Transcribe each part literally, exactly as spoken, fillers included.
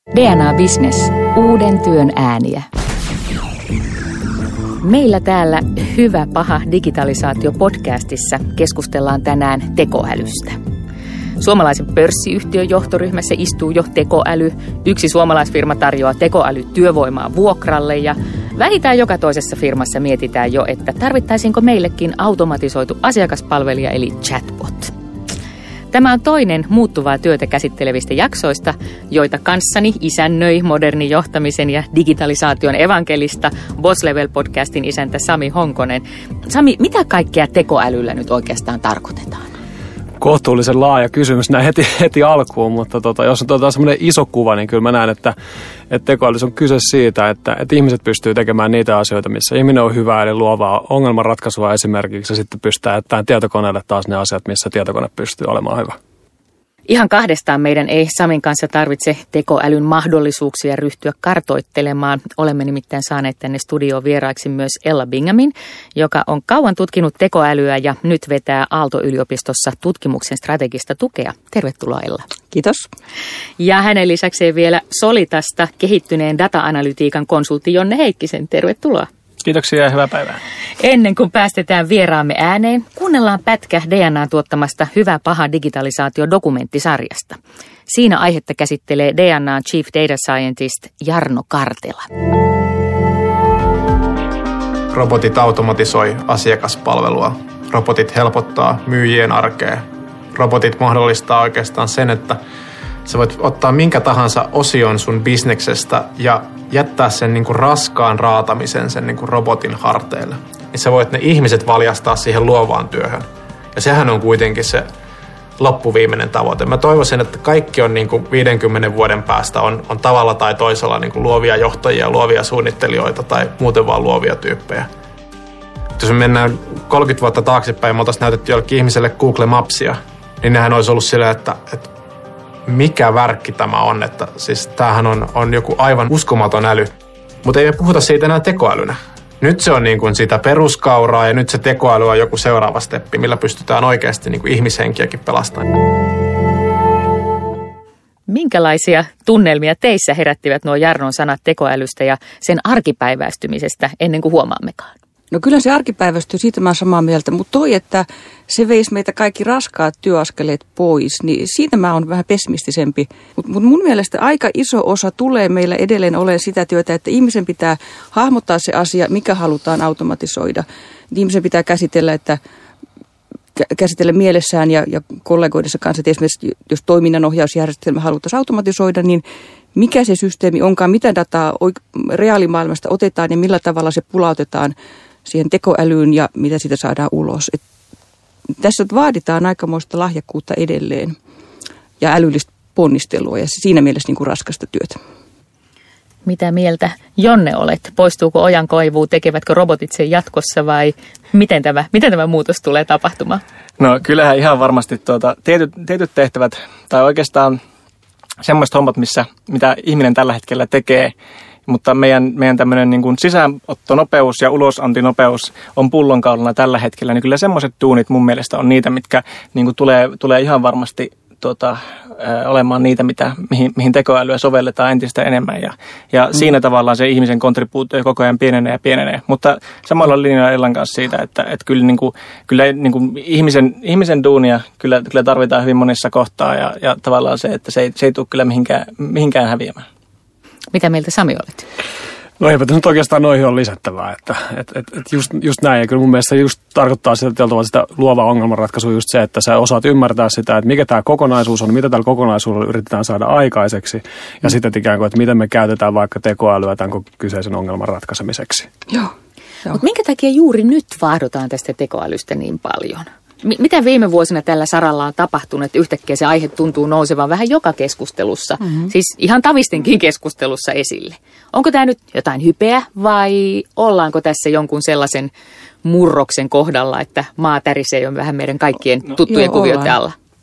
D N A Business. Uuden työn ääniä. Meillä täällä Hyvä paha digitalisaatio podcastissa keskustellaan tänään tekoälystä. Suomalaisen pörssiyhtiön johtoryhmässä istuu jo tekoäly. Yksi suomalaisfirma tarjoaa tekoälytyövoimaa vuokralle ja vähintään joka toisessa firmassa mietitään jo, että tarvittaisiinko meillekin automatisoitu asiakaspalvelija eli chatbot. Tämä on toinen muuttuvaa työtä käsittelevistä jaksoista, joita kanssani isännöi modernin johtamisen ja digitalisaation evankelista Boss Level-podcastin isäntä Sami Honkonen. Sami, mitä kaikkea tekoälyllä nyt oikeastaan tarkoitetaan? Kohtuullisen laaja kysymys näin heti, heti alkuun, mutta tota, jos on tota semmoinen iso kuva, niin kyllä mä näen, että, että tekoälyssä on kyse siitä, että, että ihmiset pystyy tekemään niitä asioita, missä ihminen on hyvä, eli luovaa ongelmanratkaisua esimerkiksi, ja sitten pystyy jättämään tietokoneelle taas ne asiat, missä tietokone pystyy olemaan hyvä. Ihan kahdestaan meidän ei Samin kanssa tarvitse tekoälyn mahdollisuuksia ryhtyä kartoittelemaan. Olemme nimittäin saaneet tänne studioon vieraiksi myös Ella Binghamin, joka on kauan tutkinut tekoälyä ja nyt vetää Aalto-yliopistossa tutkimuksen strategista tukea. Tervetuloa Ella. Kiitos. Ja hänen lisäkseen vielä Solitasta kehittyneen data-analytiikan konsultti Jonne Heikkisen. Tervetuloa. Kiitoksia ja hyvää päivää. Ennen kuin päästetään vieraamme ääneen, kuunnellaan pätkä D N A tuottamasta Hyvä paha digitalisaatio dokumenttisarjasta. Siinä aihetta käsittelee D N A Chief Data Scientist Jarno Kartela. Robotit automatisoi asiakaspalvelua. Robotit helpottaa myyjien arkea. Robotit mahdollistaa oikeastaan sen, että sä voit ottaa minkä tahansa osion sun bisneksestä ja jättää sen niin kuin raskaan raatamisen sen niin kuin robotin harteille. Niin sä voit ne ihmiset valjastaa siihen luovaan työhön. Ja sehän on kuitenkin se loppuviimeinen tavoite. Mä toivoisin, että kaikki on niin kuin viidenkymmenen vuoden päästä on, on tavalla tai toisella niin kuin luovia johtajia, luovia suunnittelijoita tai muuten vaan luovia tyyppejä. Jos me mennään kolmekymmentä vuotta taaksepäin ja me oltaisiin näytetty jollekin ihmiselle Google Mapsia, niin nehän olisi ollut silleen, että, että mikä värkki tämä on, että siis tämähän on, on joku aivan uskomaton äly. Mutta ei me puhuta siitä enää tekoälynä. Nyt se on niin kuin sitä peruskauraa ja nyt se tekoäly on joku seuraava steppi, millä pystytään oikeasti niin kuin ihmishenkiäkin pelastamaan. Minkälaisia tunnelmia teissä herättivät nuo Jarnon sanat tekoälystä ja sen arkipäiväistymisestä ennen kuin huomaammekaan? No kyllä se arkipäivästyy, siitä mä oon samaa mieltä, mutta toi, että se veisi meitä kaikki raskaat työaskeleet pois, niin siitä mä oon vähän pessimistisempi. Mutta mut mun mielestä aika iso osa tulee meillä edelleen olemaan sitä työtä, että ihmisen pitää hahmottaa se asia, mikä halutaan automatisoida. Ihmisen pitää käsitellä, että käsitellä mielessään ja, ja kollegoidensa kanssa, että esimerkiksi jos toiminnanohjausjärjestelmä haluttaisiin automatisoida, niin mikä se systeemi onkaan, mitä dataa reaalimaailmasta otetaan ja millä tavalla se pulautetaan siihen tekoälyyn ja mitä siitä saadaan ulos. Et tässä vaaditaan aikamoista lahjakkuutta edelleen ja älyllistä ponnistelua ja siinä mielessä niin kuin raskasta työtä. Mitä mieltä Jonne olet? Poistuuko ojankoivuu, tekevätkö robotit sen jatkossa vai miten tämä, miten tämä muutos tulee tapahtumaan? No kyllähän ihan varmasti tuota, tietyt, tietyt tehtävät tai oikeastaan semmoiset hommat, missä, mitä ihminen tällä hetkellä tekee, mutta meidän, meidän tämmöinen niin kuin sisäänottonopeus ja ulosanti-nopeus on pullonkaulana tällä hetkellä, niin kyllä semmoiset duunit mun mielestä on niitä, mitkä niin kuin tulee, tulee ihan varmasti tuota, ö, olemaan niitä, mitä, mihin, mihin tekoälyä sovelletaan entistä enemmän. Ja, ja mm. siinä tavallaan se ihmisen kontribuutio koko ajan pienenee ja pienenee. Mutta samalla linjalla Ellan kanssa siitä, että, että kyllä, niin kuin, kyllä niin kuin ihmisen, ihmisen duunia kyllä, kyllä tarvitaan hyvin monissa kohtaa ja, ja tavallaan se, että se ei, se ei tule kyllä mihinkään, mihinkään häviämään. Mitä mieltä Sami olet? No eipä nyt oikeastaan noihin ole lisättävää, että et, et, et just, just näin. Ja kyllä mun mielestä just tarkoittaa sitä, sitä luovaa ongelmanratkaisua just se, että sä osaat ymmärtää sitä, että mikä tämä kokonaisuus on, mitä tällä kokonaisuudella yritetään saada aikaiseksi. Ja mm. sitten ikään kuin, että miten me käytetään vaikka tekoälyä tämän kyseisen ongelman ratkaisemiseksi. Joo. Mutta minkä takia juuri nyt vaahdotaan tästä tekoälystä niin paljon? M- mitä viime vuosina tällä saralla on tapahtunut, että yhtäkkiä se aihe tuntuu nousevan vähän joka keskustelussa, mm-hmm. siis ihan tavistenkin keskustelussa esille. Onko tämä nyt jotain hypeä vai ollaanko tässä jonkun sellaisen murroksen kohdalla, että maa tärisee jo vähän meidän kaikkien tuttujen no, kuvioiden alla?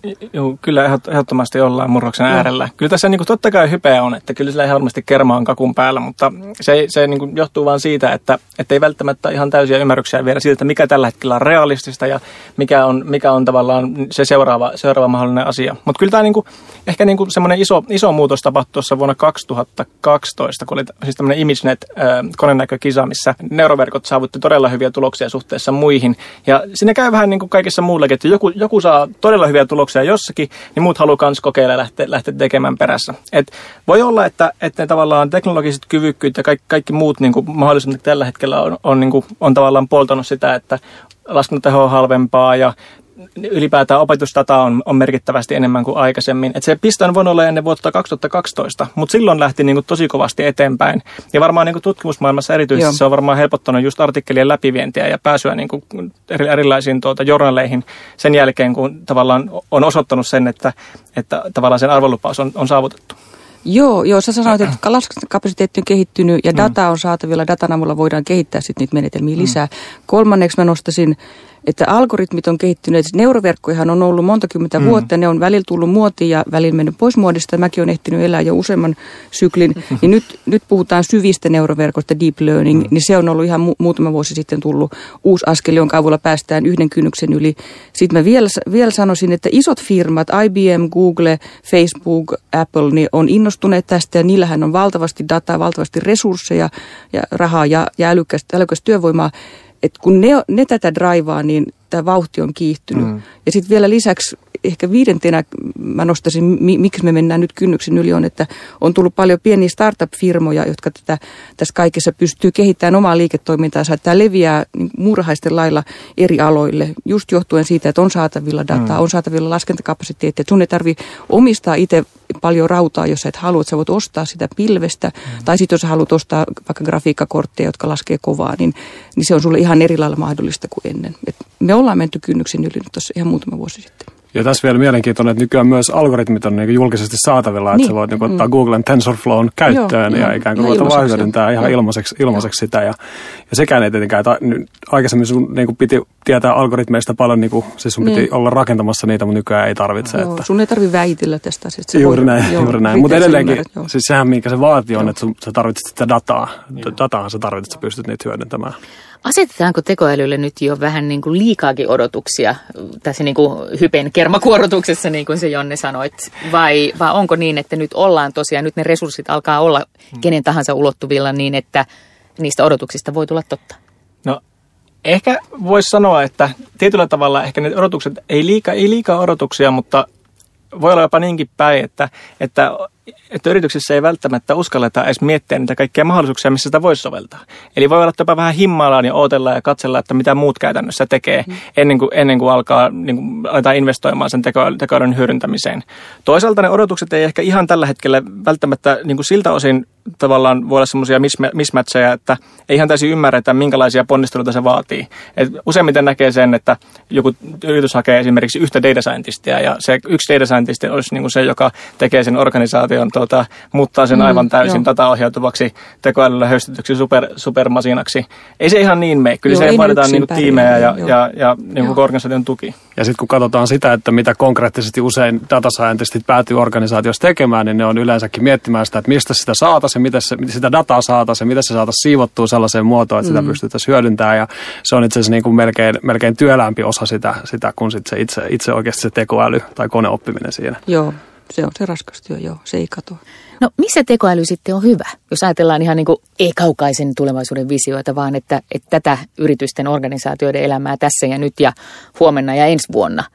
Joo, kyllä ehdottomasti ollaan murroksen äärellä. Kyllä tässä niin kuin, totta kai hypeä on, että kyllä sillä ihan varmasti kerma on kakun päällä, mutta se, se niin kuin, johtuu vaan siitä, että, että ei välttämättä ihan täysiä ymmärryksiä vielä siitä, mikä tällä hetkellä on realistista ja mikä on, mikä on tavallaan se seuraava, seuraava mahdollinen asia. Mutta kyllä tämä niin kuin, ehkä niin kuin semmoinen iso, iso muutos tapahtui tuossa vuonna kaksituhattakaksitoista, kun oli siis tämmöinen ImageNet-konenäkökisa, missä neuroverkot saavutti todella hyviä tuloksia suhteessa muihin. Ja siinä käy vähän niin kuin kaikessa muullakin, että joku, joku saa todella hyviä tuloksia jossakin, niin muut haluaa myös kokeilla ja lähteä, lähteä tekemään perässä. Et voi olla, että, että ne tavallaan teknologiset kyvykkyydet ja kaikki, kaikki muut niin kuin mahdollisuudet tällä hetkellä on, on, niin kuin, on tavallaan poltanut sitä, että laskentateho on halvempaa ja ylipäätään opetusdata on, on merkittävästi enemmän kuin aikaisemmin. Et se piste on voinut olla ennen vuotta kaksituhattakaksitoista, mutta silloin lähti niin kuin tosi kovasti eteenpäin. Ja varmaan niin kuin tutkimusmaailmassa erityisesti Joo. se on varmaan helpottanut just artikkelien läpivientiä ja pääsyä niin kuin erilaisiin tuota, journaleihin sen jälkeen, kun tavallaan on osoittanut sen, että, että tavallaan sen arvolupaus on, on saavutettu. Joo, joo, sä sanoit, että laskentakapasiteetti on kehittynyt ja data on saatavilla. Datan avulla voidaan kehittää sitten niitä menetelmiä lisää. Mm. Kolmanneksi mä nostasin, että algoritmit on kehittyneet. Neuroverkkojahan on ollut monta kymmentä mm. vuotta. Ne on välillä tullut muotiin ja välillä mennyt pois muodista. Mäkin olen ehtinyt elää jo useamman syklin. Ja nyt, nyt puhutaan syvistä neuroverkoista, deep learning. Mm. Niin se on ollut ihan mu- muutama vuosi sitten tullut uusi askel, jonka avulla päästään yhden kynnyksen yli. Sitten mä vielä, vielä sanoisin, että isot firmat, I B M, Google, Facebook, Apple, niin on innostuneet tästä. Ja niillähän on valtavasti dataa, valtavasti resursseja ja rahaa ja, ja älykästä, älykästä työvoimaa. Että kun ne, ne tätä draivaa, niin tämä vauhti on kiihtynyt. Mm. Ja sitten vielä lisäksi ehkä viidentenä mä nostaisin, miksi me mennään nyt kynnyksen yli, on, että on tullut paljon pieniä startup-firmoja, jotka tätä, tässä kaikessa pystyy kehittämään omaa liiketoimintaansa. Tämä leviää niin muurahaisten lailla eri aloille, just johtuen siitä, että on saatavilla dataa, mm. on saatavilla laskentakapasiteettia. Että sun ei tarvitse omistaa itse paljon rautaa, jos sä et halua, että sä voit ostaa sitä pilvestä. Mm. Tai sitten jos sä haluat ostaa vaikka grafiikkakortteja, jotka laskee kovaa, niin, niin se on sulle ihan eri lailla mahdollista kuin ennen. Et me ollaan menty kynnyksen yli nyt tuossa ihan muutama vuosi sitten. Ja tässä vielä mielenkiintoinen, että nykyään myös algoritmit on niin julkisesti saatavilla, että niin. sä voit niin ottaa mm. Googlen TensorFlown käyttöön joo, ja joo. ikään kuin ruveta vaan hyödyntää ihan ilmaiseksi, ilmaiseksi sitä. Ja, ja sekään ei tietenkään, ta, aikaisemmin sun niin kuin piti tietää algoritmeista paljon, niin kuin, siis sun niin. piti olla rakentamassa niitä, mutta nykyään ei tarvitse. Joo, että... sun ei tarvitse väitellä tästä asiasta. Juuri voi, näin, joo, juuri näin. Mutta edelleenkin, ymmärrät, siis sehän minkä se vaatii on, että sun, sä tarvitset sitä dataa. Joo. Dataahan sä tarvitset, että sä pystyt niitä hyödyntämään. Asetetaanko tekoälylle nyt jo vähän niin kuin liikaakin odotuksia tässä niin kuin hypen kermakuorotuksessa, niin kuin se Jonne sanoit, vai, vai onko niin, että nyt ollaan tosiaan, nyt ne resurssit alkaa olla kenen tahansa ulottuvilla niin, että niistä odotuksista voi tulla totta? No ehkä voisi sanoa, että tietyllä tavalla ehkä ne odotukset, ei liikaa, ei liikaa odotuksia, mutta voi olla jopa niinkin päin, että, että että yrityksissä ei välttämättä uskalleta edes miettiä niitä kaikkia mahdollisuuksia, missä sitä voisi soveltaa. Eli voi olla, että jopa vähän himmaillaan ja odotellaan ja katsellaan, että mitä muut käytännössä tekee mm. ennen, kuin, ennen kuin alkaa niin kuin, aletaan investoimaan sen tekoälyn, tekoälyn hyödyntämiseen. Toisaalta ne odotukset ei ehkä ihan tällä hetkellä välttämättä niin kuin siltä osin tavallaan voi olla semmoisia mismatcheja, että ei ihan täysin ymmärretä, minkälaisia ponnisteluita se vaatii. Et useimmiten näkee sen, että joku yritys hakee esimerkiksi yhtä data scientistia ja se yksi data scientist olisi niin kuin se, joka tekee sen organisaation, tuota, muuttaa sen aivan täysin mm, dataohjautuvaksi tekoälyllä höystetyksi super, supermasinaksi. Ei se ihan niin mene. Kyllä joo, se vaaditaan niin kuin tiimejä ja, ja, ja, ja niin kuin organisaation tuki. Ja sitten kun katsotaan sitä, että mitä konkreettisesti usein data scientistit päätyy organisaatiossa tekemään, niin ne on yleensäkin miettimään sitä, että mistä sitä saataisiin, miten se, sitä dataa saataisiin, miten se saataisiin siivottua sellaiseen muotoon, että mm. sitä pystyttäisiin hyödyntämään. Ja se on itse asiassa niin kuin melkein, melkein työlämpi osa sitä, sitä kuin sit se itse, itse oikeasti se tekoäly tai koneoppiminen siinä. Joo, se on se raskas työ, joo, se ei katoa. No missä tekoäly sitten on hyvä, jos ajatellaan ihan niin kuin ei kaukaisen tulevaisuuden visioita, vaan että, että tätä yritysten organisaatioiden elämää tässä ja nyt ja huomenna ja ensi vuonna.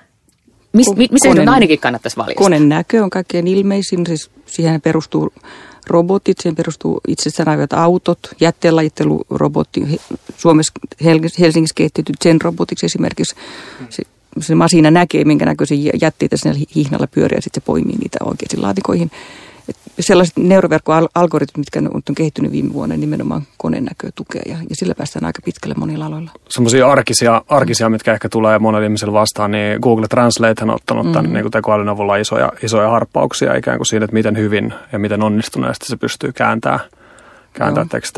Mis, Ko- missä konen, ainakin kannattaisi valjastaa? Koneen näkö on kaikkein ilmeisin, siis siihen perustuu robotit, siihen perustuu itsestään aivat autot, jätteenlajittelurobotti, Suomessa Helsingissä kehittynyt Zen-robotiksi esimerkiksi. Se, se masina näkee, minkä näköisiä jätteitä siinä hihnalla pyörii ja sitten se poimii niitä oikeisiin laatikoihin. Et sellaiset neuroverkkoalgoritmit, mitkä on kehittynyt viime vuonna, nimenomaan koneen näköä tukea ja, ja sillä päästään aika pitkälle monilla aloilla. Sellaisia arkisia, arkisia, mitkä ehkä tulee monelle ihmiselle vastaan, niin Google Translate on ottanut tämän mm. niin kuin tekoälyn avulla isoja, isoja harppauksia ikään kuin siinä, että miten hyvin ja miten onnistuneesti se pystyy kääntämään, kääntämään tekstejä.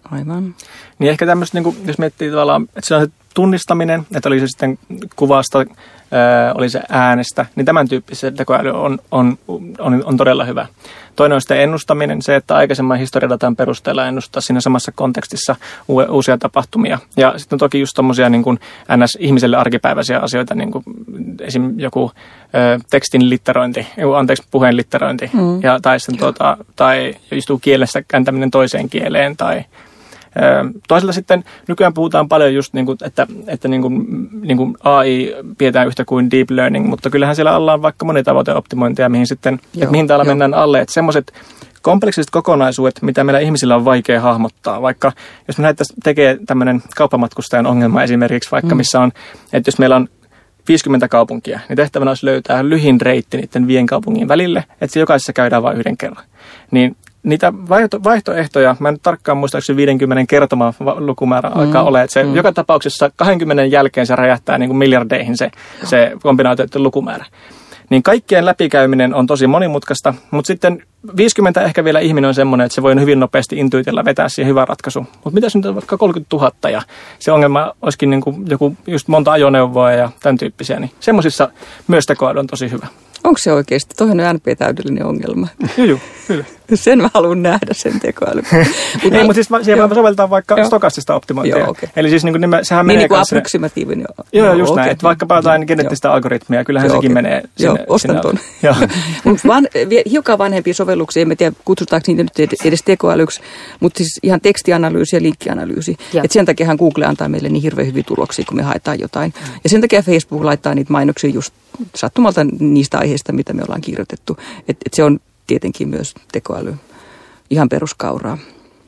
Aivan. Niin ehkä tämmöistä, niin kuin, jos miettii tavallaan, että se on se tunnistaminen, että oli se sitten kuvasta, ää, oli se äänestä, niin tämän tyyppisen tekoäly on, on, on, on todella hyvä. Toinen on sitten ennustaminen, se, että aikaisemman historiadatan perusteella ennustaa siinä samassa kontekstissa u- uusia tapahtumia. Ja sitten on toki just tommosia niin kuin N S-ihmiselle arkipäiväisiä asioita, niin kuin esim. Joku ö, tekstin litterointi, anteeksi, puheen litterointi, mm. ja, tai, sitten, tuota, tai istuu kielestä kääntäminen toiseen kieleen, tai toisaalta sitten nykyään puhutaan paljon just, niin kuin, että, että niin kuin, niin kuin A I pidetään yhtä kuin deep learning, mutta kyllähän siellä alla on vaikka monitavoiteoptimointia, mihin sitten, joo, että mihin täällä jo. mennään alle. Että semmoiset kompleksiset kokonaisuudet, mitä meillä ihmisillä on vaikea hahmottaa. Vaikka jos me lähdettäisiin tekemään tämmöinen kauppamatkustajan ongelma esimerkiksi vaikka, mm. missä on, että jos meillä on viisikymmentä kaupunkia, niin tehtävänä olisi löytää lyhin reitti niiden viien kaupungin välille, että se jokaisessa käydään vain yhden kerran. Niin niitä vaihto, vaihtoehtoja, mä en tarkkaan muista, onko se viidenkymmenen kertoma lukumäärä mm. aikaa ole, että se mm. joka tapauksessa kaksikymmentä jälkeen se räjähtää niin kuin miljardeihin se, se kombinaatioiden lukumäärä. Niin kaikkien läpikäyminen on tosi monimutkaista, mutta sitten viisikymmentä ehkä vielä ihminen on semmoinen, että se voi hyvin nopeasti intuitilla vetää siihen hyvä ratkaisu. Mutta mitä jos nyt on vaikka kolmekymmentätuhatta ja se ongelma olisikin niin kuin joku just monta ajoneuvoa ja tämän tyyppisiä, niin semmoisissa myös tekoäly on tosi hyvä. Onko se oikeasti? Toihan on N P-täydellinen ongelma. Joo, joo, kyllä. Sen mä haluan nähdä, sen tekoäly. Mut ei, mutta siis siihen voi soveltaa vaikka joo. stokastista optimointia. Joo, okay. Eli siis niin kuin, sehän niin menee... Niin kuin approksimatiivinen. Joo, just okay. näin. Että vaikka jotain geneettistä algoritmia, kyllähän joo, sekin okay. menee sinne. Joo, ostan tuon. van, hiukan vanhempia sovelluksia, en tiedä kutsutaanko niitä nyt edes tekoälyksi, mutta siis ihan tekstianalyysi ja linkkianalyysi. Että sen takiahan Google antaa meille niin hirveän hyviä tuloksia, kun me haetaan jotain. Mm. Ja sen takia Facebook laittaa niitä mainoksia just sattumalta niistä aiheista, mitä me ollaan kirjoitettu. Että et se on tietenkin myös tekoäly. Ihan peruskauraa.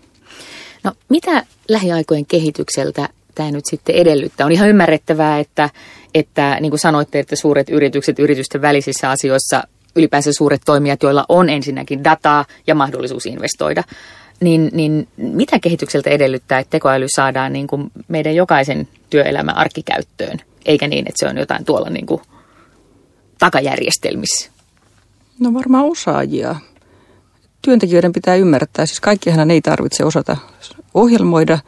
No mitä lähiaikojen kehitykseltä tämä nyt sitten edellyttää? On ihan ymmärrettävää, että, että niin kuin sanoitte, että suuret yritykset yritysten välisissä asioissa, ylipäänsä suuret toimijat, joilla on ensinnäkin dataa ja mahdollisuus investoida, niin, niin mitä kehitykseltä edellyttää, että tekoäly saadaan niin kuin meidän jokaisen työelämän arkikäyttöön, eikä niin, että se on jotain tuolla niin kuin takajärjestelmissä? No varmaan osaajia. Työntekijöiden pitää ymmärtää, siis kaikkihan ei tarvitse osata ohjelmoida,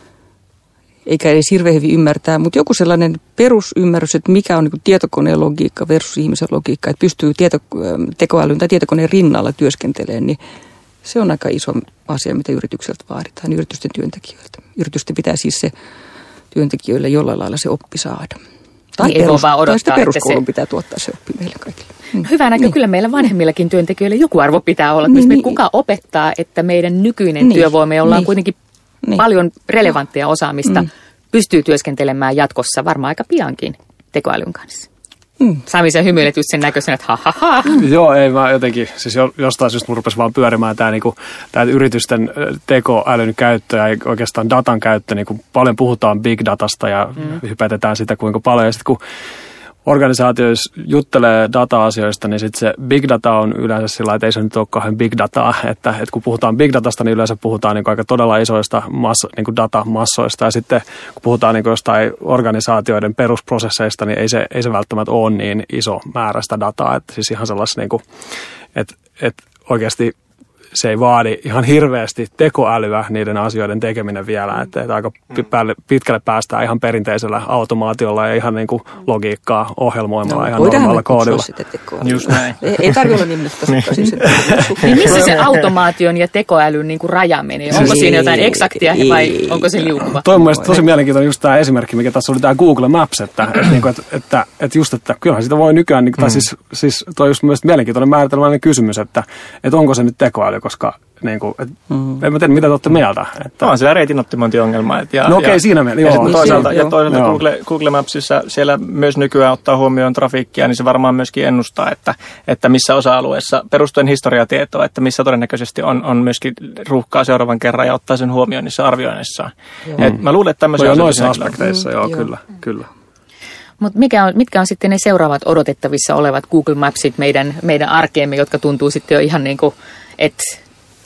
eikä edes hirveän hyvin ymmärtää, mutta joku sellainen perusymmärrys, että mikä on niin kuin tietokoneen logiikka versus ihmisen logiikka, että pystyy tieto, tekoälyn tai tietokoneen rinnalla työskentelemään, niin se on aika iso asia, mitä yritykseltä vaaditaan, yritysten työntekijöiltä. Yritysten pitää siis se työntekijöille jollain lailla se oppi saada. Tai, niin perus, odottaa, tai sitten peruskoulun se... pitää tuottaa se oppi meille kaikille. Mm. Hyvä näkö, niin. Kyllä meillä vanhemmillakin työntekijöillä joku arvo pitää olla. Niin, niin, kuka opettaa, että meidän nykyinen niin, työvoima, jolla niin, on kuitenkin niin, paljon relevanttia osaamista, mm. pystyy työskentelemään jatkossa varmaan aika piankin tekoälyn kanssa. Mm. Sami, sä hymyilet just sen näköisen, että ha ha ha. Mm. Joo, ei mä jotenkin, siis jostain syystä mun rupesi vaan pyörimään tämä niinku, yritysten tekoälyn käyttö ja oikeastaan datan käyttö. Niinku, paljon puhutaan big datasta ja mm. hypätetään sitä kuinka paljon. Ja sitten kun organisaatioissa juttelee data-asioista, niin sitten se big data on yleensä sillä, että ei se nyt ole kauhean big dataa. Että, että kun puhutaan big datasta, niin yleensä puhutaan niin aika todella isoista massa, niin datamassoista. Ja sitten kun puhutaan niin jostain organisaatioiden perusprosesseista, niin ei se, ei se välttämättä ole niin iso määrä sitä dataa. Että siis ihan sellaista, niin kuin, että, että oikeasti se ei vaadi ihan hirveästi tekoälyä niiden asioiden tekeminen vielä, että, että aika pitkälle päästään ihan perinteisellä automaatiolla ja ihan niin kuin logiikkaa ohjelmoimalla no, ihan normaalilla koodilla. Just näin. Ei, ei tarvitse olla niin monimutkaista. Niin missä se automaation ja tekoälyn niin kuin raja menee? Onko ei, siinä jotain eksaktia ei, vai ei, onko se liukuva? Toi on mielestäni tosi mielenkiintoinen just tämä esimerkki, mikä tässä oli tämä Google Maps, että, että, että, että, että, että just, että kyllähän sitä voi nykyään, niin, tai mm. siis, siis toi on just mielestäni mielenkiintoinen määritelmällinen kysymys, että, että onko se nyt tekoäly, koska niin kuin, et, mm. en mä tiedä, mitä te olette mieltä. Että... No on siellä reitin optimointiongelma. Et ja, no okei, okay, siinä mielessä. Ja, toisaalta, ja toisaalta Google, Google Mapsissa siellä myös nykyään ottaa huomioon trafiikkia, niin se varmaan myöskin ennustaa, että, että missä osa-alueessa, perustuen historiatietoa, että missä todennäköisesti on, on myöskin ruuhkaa seuraavan kerran ja ottaa sen huomioon niissä arvioinnissaan. Et mä luulen, että tämmöisiä on noissa aspekteissa, joo, joo, kyllä, kyllä. Mutta mitkä on sitten ne seuraavat odotettavissa olevat Google Mapsit meidän, meidän arkeemme, jotka tuntuu sitten jo ihan niin kuin, että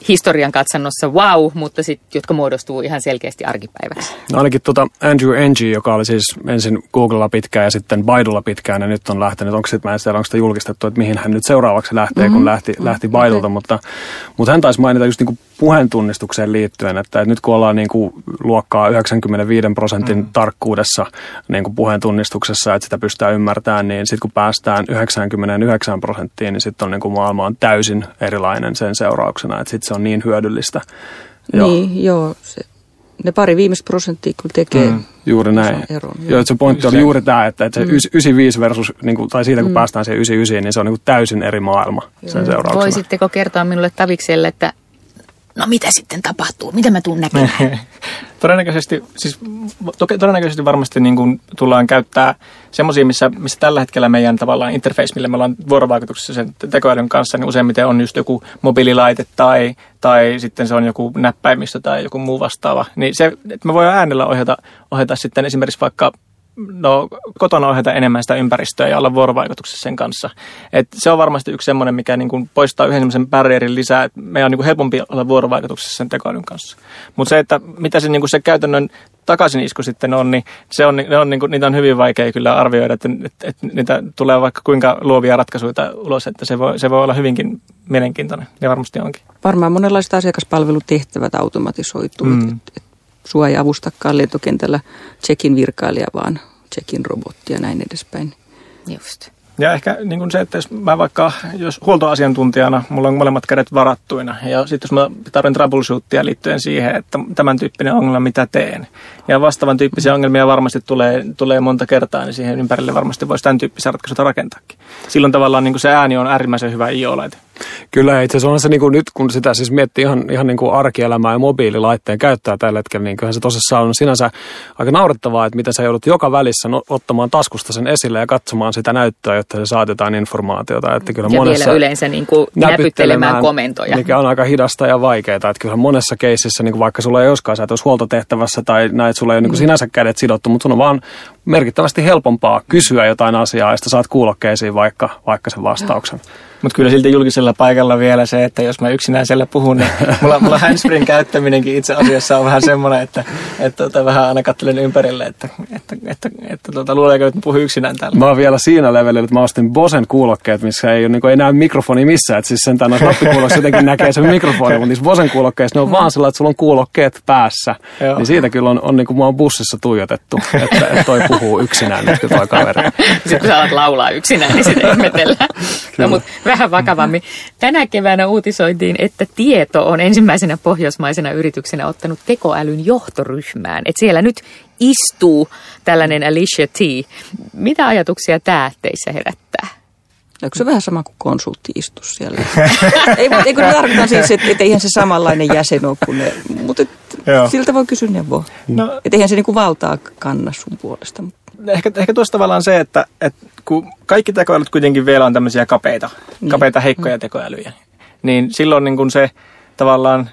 historian katsannossa wow, mutta sitten jotka muodostuu ihan selkeästi arkipäiväksi. No ainakin tuota Andrew Ng, joka oli siis ensin Googlella pitkään ja sitten Baidulla pitkään ja nyt on lähtenyt. Onko sitten, mä en tiedä, onko sitä julkistettu, että mihin hän nyt seuraavaksi lähtee, mm-hmm. kun lähti, lähti Baidulta, okay. mutta, mutta hän taisi mainita just niin kuin puheentunnistukseen liittyen, että, että nyt kun ollaan niin kuin luokkaa yhdeksänkymmentäviisi prosentin mm. tarkkuudessa niin kuin puheentunnistuksessa, että sitä pystytään ymmärtämään, niin sitten kun päästään yhdeksänkymmentäyhdeksän prosenttiin, niin sitten on niin kuin maailma on täysin erilainen sen seurauksena, että sitten se on niin hyödyllistä. Niin, joo. joo se, ne pari viimeistä prosenttia kun tekee mm. juuri näin. Eron, joo, joo se pointti oli juuri tämä, että, että se mm. yhdeksänkymmentäviisi versus, niin kuin, tai siitä kun mm. päästään siihen yhdeksänkymmentäyhdeksän, niin se on niin kuin täysin eri maailma joo. sen seurauksena. Voisitteko kertoa minulle Tavikselle, että no mitä sitten tapahtuu? Mitä mä tuun näkemään? todennäköisesti, siis, todennäköisesti varmasti niin kuin tullaan käyttää semmoisia, missä, missä tällä hetkellä meidän tavallaan interface, millä me ollaan vuorovaikutuksessa sen tekoälyn kanssa, niin useimmiten on just joku mobiililaite tai, tai sitten se on joku näppäimistö tai joku muu vastaava. Niin se, että me voidaan äänellä ohjata, ohjata sitten esimerkiksi vaikka no, kotona ohjata enemmän sitä ympäristöä ja olla vuorovaikutuksessa sen kanssa. Et se on varmasti yksi semmoinen, mikä niin kuin poistaa yhden semmoisen barrierin lisää, että meidän on niin kuin helpompi olla vuorovaikutuksessa sen tekoälyn kanssa. Mutta se, että mitä se, niin kuin se käytännön takaisin-isku sitten on, niin, se on, ne on niin kuin, niitä on hyvin vaikea kyllä arvioida, että, että, että niitä tulee vaikka kuinka luovia ratkaisuja ulos, että se voi, se voi olla hyvinkin mielenkiintoinen ja varmasti onkin. Varmaan monenlaiset asiakaspalvelutehtävät automatisoituu, mm. että et, sua ei avustakaan lentokentällä check-in virkailija, vaan check-in robotti ja näin edespäin. Just. Ja ehkä niin kuin se, että jos mä vaikka, jos huoltoasiantuntijana, mulla on molemmat kädet varattuina, ja sitten jos mä tarvitsen troubleshootia liittyen siihen, että tämän tyyppinen ongelma, mitä teen. Ja vastaavan tyyppisiä ongelmia varmasti tulee, tulee monta kertaa, niin siihen ympärille varmasti voisi tämän tyyppisiä ratkaisuja rakentaakin. Silloin tavallaan niin kuin se ääni on äärimmäisen hyvä I O-laite. Kyllä, itse asiassa on se niin kuin nyt, kun sitä siis miettii ihan, ihan niin kuin arkielämää ja mobiililaitteen käyttää tällä hetkellä, niin kyllähän se tosissaan on sinänsä aika naurettavaa, että mitä sä joudut joka välissä no, ottamaan taskusta sen esille ja katsomaan sitä näyttöä, jotta se saat jotain informaatiota. Että kyllä ja monessa vielä yleensä niin kuin näpyttelemään komentoja. Mikä on aika hidasta ja vaikeaa. Että kyllähän monessa keississä, niin kuin vaikka sulla ei joskaan, sä et olisi huoltotehtävässä tai näet, sulla ei ole niin kuin sinänsä kädet sidottu, mutta sun on vaan merkittävästi helpompaa kysyä jotain asiaa, ja sitten saat kuulokkeisiin vaikka, vaikka sen vastauksen. Mutta kyllä silti julkisella paikalla vielä se, että jos mä yksinään siellä puhun, niin mulla, mulla handsfreen käyttäminenkin itse asiassa on vähän semmoinen, että, että, että vähän aina katselen ympärille, että, että, että, että tuota, luuleeko, että puhun yksinään täällä. Mä oon vielä siinä levelillä, että mä ostin Bosen kuulokkeet, missä ei, niin kuin, ei näy mikrofoni missään. Että siis sentään noissa nappikuulokkeissa jotenkin näkee sen mikrofoni, mutta niissä Bosen kuulokkeissa ne on vaan sellainen, että sulla on kuulokkeet päässä. Joo. Niin siitä kyllä on, on niin kuin mä oon bussissa tuijotettu, että, että toi puhuu yksinään nyt toi kaveri. Sitten kun sä alat laulaa yksinään, niin sitä ihmetellään. No, mutta vähän vakavammin. Tänä keväänä uutisoitiin, että Tieto on ensimmäisenä pohjoismaisena yrityksenä ottanut tekoälyn johtoryhmään. Että siellä nyt istuu tällainen Alicia T. Mitä ajatuksia tämä teissä herättää? Onko se vähän sama kuin konsultti-istus siellä? ei, mutta eikö ne tarkoita siis, että et eihän se samanlainen jäsen ole kuin ne, mutta siltä voi kysyä neuvoa. No, että eihän se niinku valtaa kanna sun puolesta. Ehkä, ehkä tuossa tavallaan se, että, että kun kaikki tekoälyt kuitenkin vielä on tämmöisiä kapeita, niin. kapeita heikkoja tekoälyjä, niin silloin niin kun se tavallaan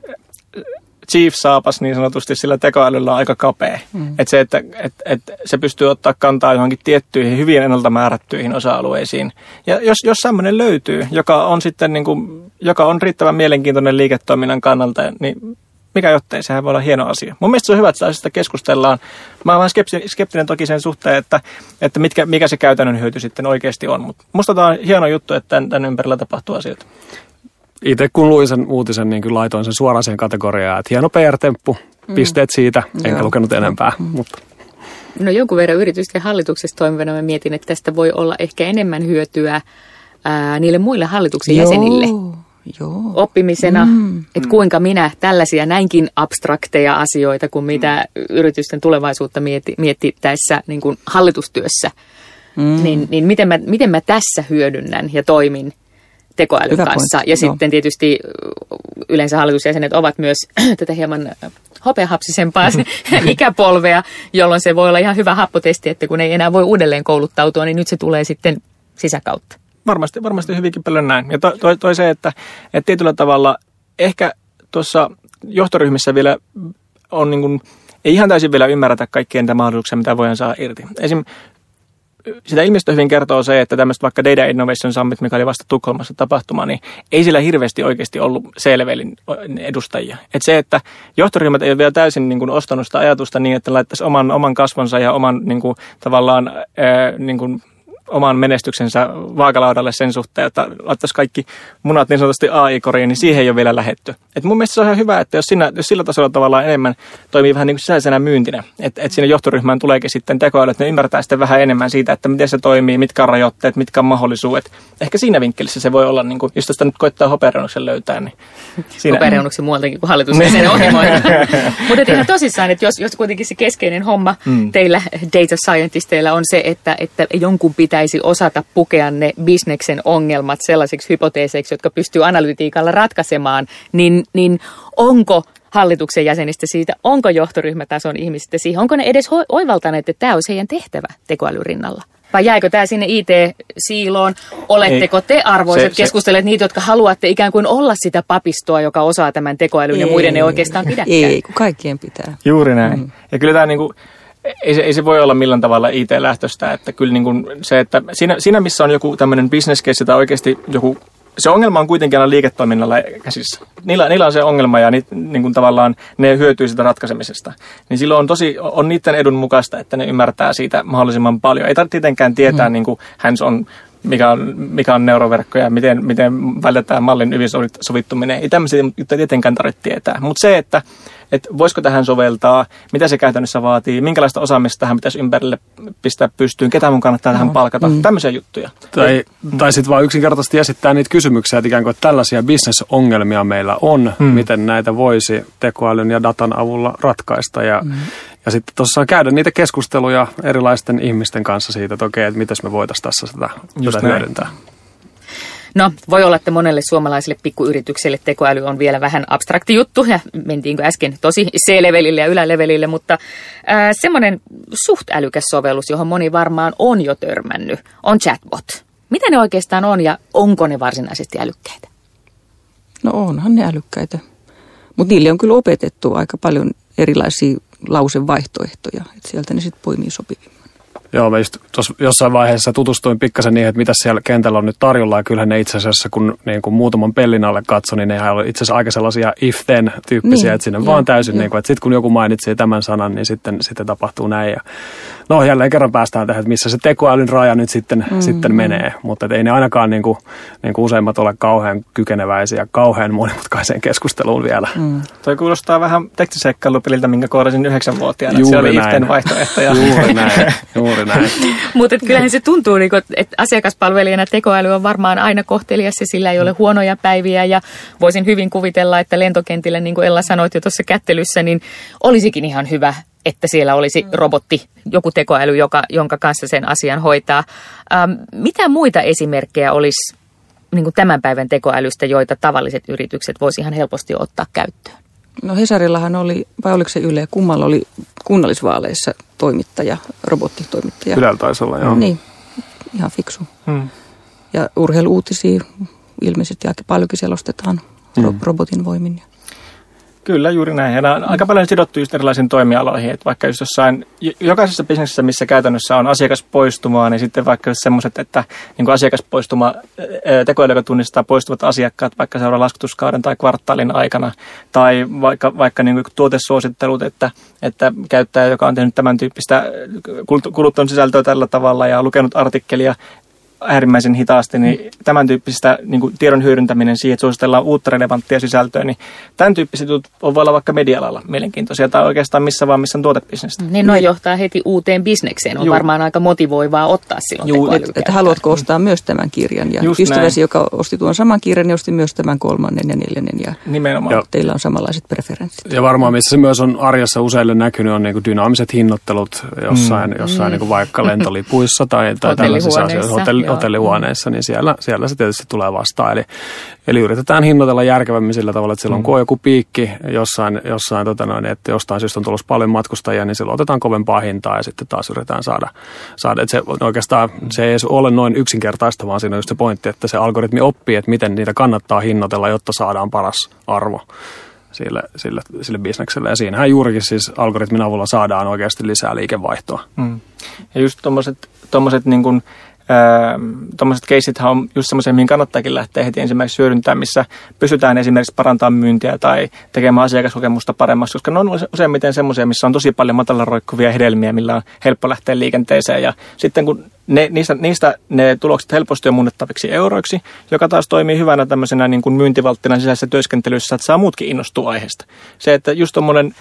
chief saapas niin sanotusti sillä tekoälyllä on aika kapea. Mm. Että se, että et, et se pystyy ottaa kantaa johonkin tiettyihin hyvin ennalta määrättyihin osa-alueisiin. Ja jos, jos sellainen löytyy, joka on sitten niin kuin, joka on riittävän mielenkiintoinen liiketoiminnan kannalta, niin mikä jottei, sehän voi olla hieno asia. Mun mielestä se on hyvä, että sitä keskustellaan. Mä oon vähän skeptinen toki sen suhteen, että, että mitkä, mikä se käytännön hyöty sitten oikeasti on. Mutta musta tämä on hieno juttu, että tämän, tämän ympärillä tapahtuu asioita. Itse kun luin sen uutisen, niin kyllä laitoin sen suoraan siihen kategoriaan, että hieno P R-temppu, pisteet siitä, mm. enkä lukenut enempää. Mm. Mutta. No jonkun verran yritysten hallituksessa toimivana mä mietin, että tästä voi olla ehkä enemmän hyötyä ää, niille muille hallituksen Joo. jäsenille. Joo. Oppimisena, mm. että kuinka minä tällaisia näinkin abstrakteja asioita kuin mitä mm. yritysten tulevaisuutta mieti, mietittäessä niin kuin hallitustyössä, mm. niin, niin miten, mä, miten mä tässä hyödynnän ja toimin tekoälyn Hyvä kanssa. Point. Ja Joo. sitten tietysti yleensä hallitusjäsenet ovat myös tätä hieman hopeahapsisempaa ikäpolvea, jolloin se voi olla ihan hyvä happotesti, että kun ei enää voi uudelleen kouluttautua, niin nyt se tulee sitten sisäkautta. Varmasti, varmasti hyvinkin paljon näin. Ja toi, toi, toi se, että, että tietyllä tavalla ehkä tuossa johtoryhmissä vielä on niin kuin, ei ihan täysin vielä ymmärretä kaikkia niitä mahdollisuuksia, mitä voidaan saada irti. Esim. sitä ilmiöstä hyvin kertoo se, että tämmöistä vaikka Data Innovation Summit, mikä oli vasta Tukholmassa tapahtuma, niin ei sillä hirveästi oikeasti ollut C-levelin edustajia. Että se, että johtoryhmät ei ole vielä täysin niin kuin ostanut sitä ajatusta niin, että laittaisi oman, oman kasvonsa ja oman niin kuin, tavallaan ää, niin kuin, oman menestyksensä vaakalaudalle sen suhteen, että laittaisi kaikki munat niin sanotusti A I-koriin, niin siihen ei ole vielä lähdetty. Et mun mielestä se on ihan hyvä, että jos, siinä, jos sillä tasolla tavallaan enemmän toimii vähän niin kuin sisäisenä myyntinä, että et sinne johtoryhmään tuleekin sitten tekoäly, että ne ymmärtää sitten vähän enemmän siitä, että miten se toimii, mitkä on rajoitteet, mitkä on mahdollisuudet. Ehkä siinä vinkkelissä se voi olla, niin kuin, jos tästä nyt koittaa hopeareunuksen löytää, niin siinä. Hopeareunuksen muualtakin kuin hallitusjäsenen ohjelmoida. Mutta ihan tosissaan, että jos, jos kuitenkin se keskeinen homma mm. teillä data scientisteilla on se, että, että jonkun pitää osata pukea ne bisneksen ongelmat sellaisiksi hypoteeseiksi, jotka pystyy analytiikalla ratkaisemaan, niin, niin onko hallituksen jäsenistä siitä, onko johtoryhmätason ihmisistä siihen, onko ne edes ho- oivaltaneet, että tämä on heidän tehtävä tekoälyn rinnalla? Vai jäikö tämä sinne I T-siiloon? Oletteko te arvoiset keskustelleet niitä, jotka haluatte ikään kuin olla sitä papistoa, joka osaa tämän tekoälyn ei, ja muiden ei oikeastaan pidäkään? Ei, kun kaikkien pitää. Juuri näin. Mm. Ja kyllä tämä niinku... Ei se, ei se voi olla millään tavalla I T-lähtöistä, että kyllä niin kuin se, että siinä, siinä missä on joku tämmöinen business case tai oikeasti joku, se ongelma on kuitenkin aina liiketoiminnalla käsissä. Niillä, niillä on se ongelma ja ni, niin kuin tavallaan ne hyötyy sitä ratkaisemisesta. Niin silloin on tosi, on niiden edun mukaista, että ne ymmärtää siitä mahdollisimman paljon. Ei tarvitse tietenkään tietää mm. niin kuin hands on, mikä on, mikä on neuroverkko ja miten, miten vältetään mallin ylisovittuminen. Ei tämmöisiä tietenkään tarvitse tietää. Mutta se, että että voisiko tähän soveltaa, mitä se käytännössä vaatii, minkälaista osaamista tähän pitäisi ympärille pistää pystyyn, ketä mun kannattaa tähän palkata, mm. tämmöisiä juttuja. Tai, mm. tai sitten vaan yksinkertaisesti esittää niitä kysymyksiä, että ikään kuin että tällaisia bisnesongelmia meillä on, mm. miten näitä voisi tekoälyn ja datan avulla ratkaista. Ja, mm. ja sitten tuossa käydä niitä keskusteluja erilaisten ihmisten kanssa siitä, että okei, että miten me voitaisiin tässä sitä, sitä hyödyntää. No, voi olla, että monelle suomalaiselle pikkuyritykselle tekoäly on vielä vähän abstrakti juttu, ja mentiinkö äsken tosi C-levelille ja ylälevelille, mutta äh, semmoinen suht älykäs sovellus, johon moni varmaan on jo törmännyt, on chatbot. Mitä ne oikeastaan on ja onko ne varsinaisesti älykkäitä? No onhan ne älykkäitä, mutta niille on kyllä opetettu aika paljon erilaisia lausevaihtoehtoja, että sieltä ne sitten poimii sopivimman. Joo, mä just tuossa jossain vaiheessa tutustuin pikkasen niihin, että mitä siellä kentällä on nyt tarjolla, ja kyllähän ne itse asiassa, kun niin kuin muutaman pellin alle katsoi, niin nehän oli itse asiassa aika sellaisia if-then-tyyppisiä, niin, että sinne jo, vaan täysin, niin kuin, että sitten kun joku mainitsee tämän sanan, niin sitten, sitten tapahtuu näin. Ja no jälleen kerran päästään tähän, että missä se tekoälyn raja nyt sitten, mm-hmm. sitten menee, mutta ei ne ainakaan niin kuin, niin kuin useimmat ole kauhean kykeneväisiä, kauhean monimutkaiseen keskusteluun vielä. Mm. Toi kuulostaa vähän tekstiseikkailupeliltä, minkä koodasin yhdeksänvuotiaana, että siellä oli if-then vaihtoehtoja. Juuri näin, juuri näin. Mutta kyllähän se tuntuu, että asiakaspalvelijana tekoäly on varmaan aina kohtelias ja sillä ei ole huonoja päiviä ja voisin hyvin kuvitella, että lentokentillä, niin kuin Ella sanoit jo tuossa kättelyssä, niin olisikin ihan hyvä, että siellä olisi robotti, joku tekoäly, joka, jonka kanssa sen asian hoitaa. Ähm, mitä muita esimerkkejä olisi niin kuin tämän päivän tekoälystä, joita tavalliset yritykset voisi ihan helposti ottaa käyttöön? No Hesarillahan oli, vai oliko se Yle, kummalla oli kunnallisvaaleissa toimittaja, robottitoimittaja. Ylellä taisi olla, joo. Niin, ihan fiksu. Hmm. Ja urheiluutisia ilmeisesti aika paljonkin selostetaan hmm. robotin voimin. Kyllä, juuri näin. Ja nämä on aika paljon sidottu just erilaisiin toimialoihin, että vaikka just jossain, jokaisessa bisneksessä, missä käytännössä on asiakaspoistumaa, niin sitten vaikka semmoiset, että niin kuin asiakaspoistuma, tekoäly, joka tunnistaa poistuvat asiakkaat vaikka seuraavan laskutuskauden tai kvartaalin aikana, tai vaikka, vaikka niin kuin tuotesuosittelut, että, että käyttäjä, joka on tehnyt tämän tyyppistä kuluttanut sisältöä tällä tavalla ja lukenut artikkelia, äärimmäisen hitaasti, niin tämän tyyppisistä niin kuin tiedon hyödyntäminen siihen, että suositellaan uutta relevanttia sisältöä, niin tämän tyyppiset on voi olla vaikka media-alalla mielenkiintoisia tai oikeastaan missä vaan, missä on tuotebisnestä. Niin noin johtaa heti uuteen bisnekseen. On Juu. varmaan aika motivoivaa ottaa silloin tekoälyä. Että et haluatko ostaa myös tämän kirjan. Ja ystäväsi, joka osti tuon saman kirjan, niin osti myös tämän kolmannen ja neljännen. Ja nimenomaan. Teillä on samanlaiset preferenssit. Ja varmaan missä se myös on arjessa useille näkynyt, on niin kuin dynaamiset hinnoittelut jossain, mm. jossain mm. niin kuin vaikka lentolipuissa tai, tai tällaisissa asioissa. Hotelli, hotellihuoneissa, niin siellä, siellä se tietysti tulee vastaan. Eli, eli yritetään hinnoitella järkevämmin sillä tavalla, että silloin mm. kun on joku piikki jossain, jossain tota noin, että jostain syystä on tulossa paljon matkustajia, niin silloin otetaan kovempaa hintaa ja sitten taas yritetään saada. saada. Että se, oikeastaan se ei ole noin yksinkertaista, vaan siinä on just se pointti, että se algoritmi oppii, että miten niitä kannattaa hinnoitella, jotta saadaan paras arvo. sille, sille, sille bisnekselle. Ja siinähän juurikin siis algoritmin avulla saadaan oikeasti lisää liikevaihtoa. Mm. Ja just tommoset, tommoset niin kuin tuommoiset keissithän on just semmoisia, mihin kannattaakin lähteä heti ensimmäiseksi hyödyntämään, missä pystytään esimerkiksi parantamaan myyntiä tai tekemään asiakaskokemusta paremmaksi, koska ne on useimmiten semmoisia, missä on tosi paljon matala roikkuvia hedelmiä, millä on helppo lähteä liikenteeseen. Ja sitten kun ne, niistä, niistä ne tulokset helposti on muunnettaviksi euroiksi, joka taas toimii hyvänä tämmöisenä niin kuin myyntivalttina sisäisessä työskentelyssä, että saa muutkin innostua aiheesta. Se, että just tommoinen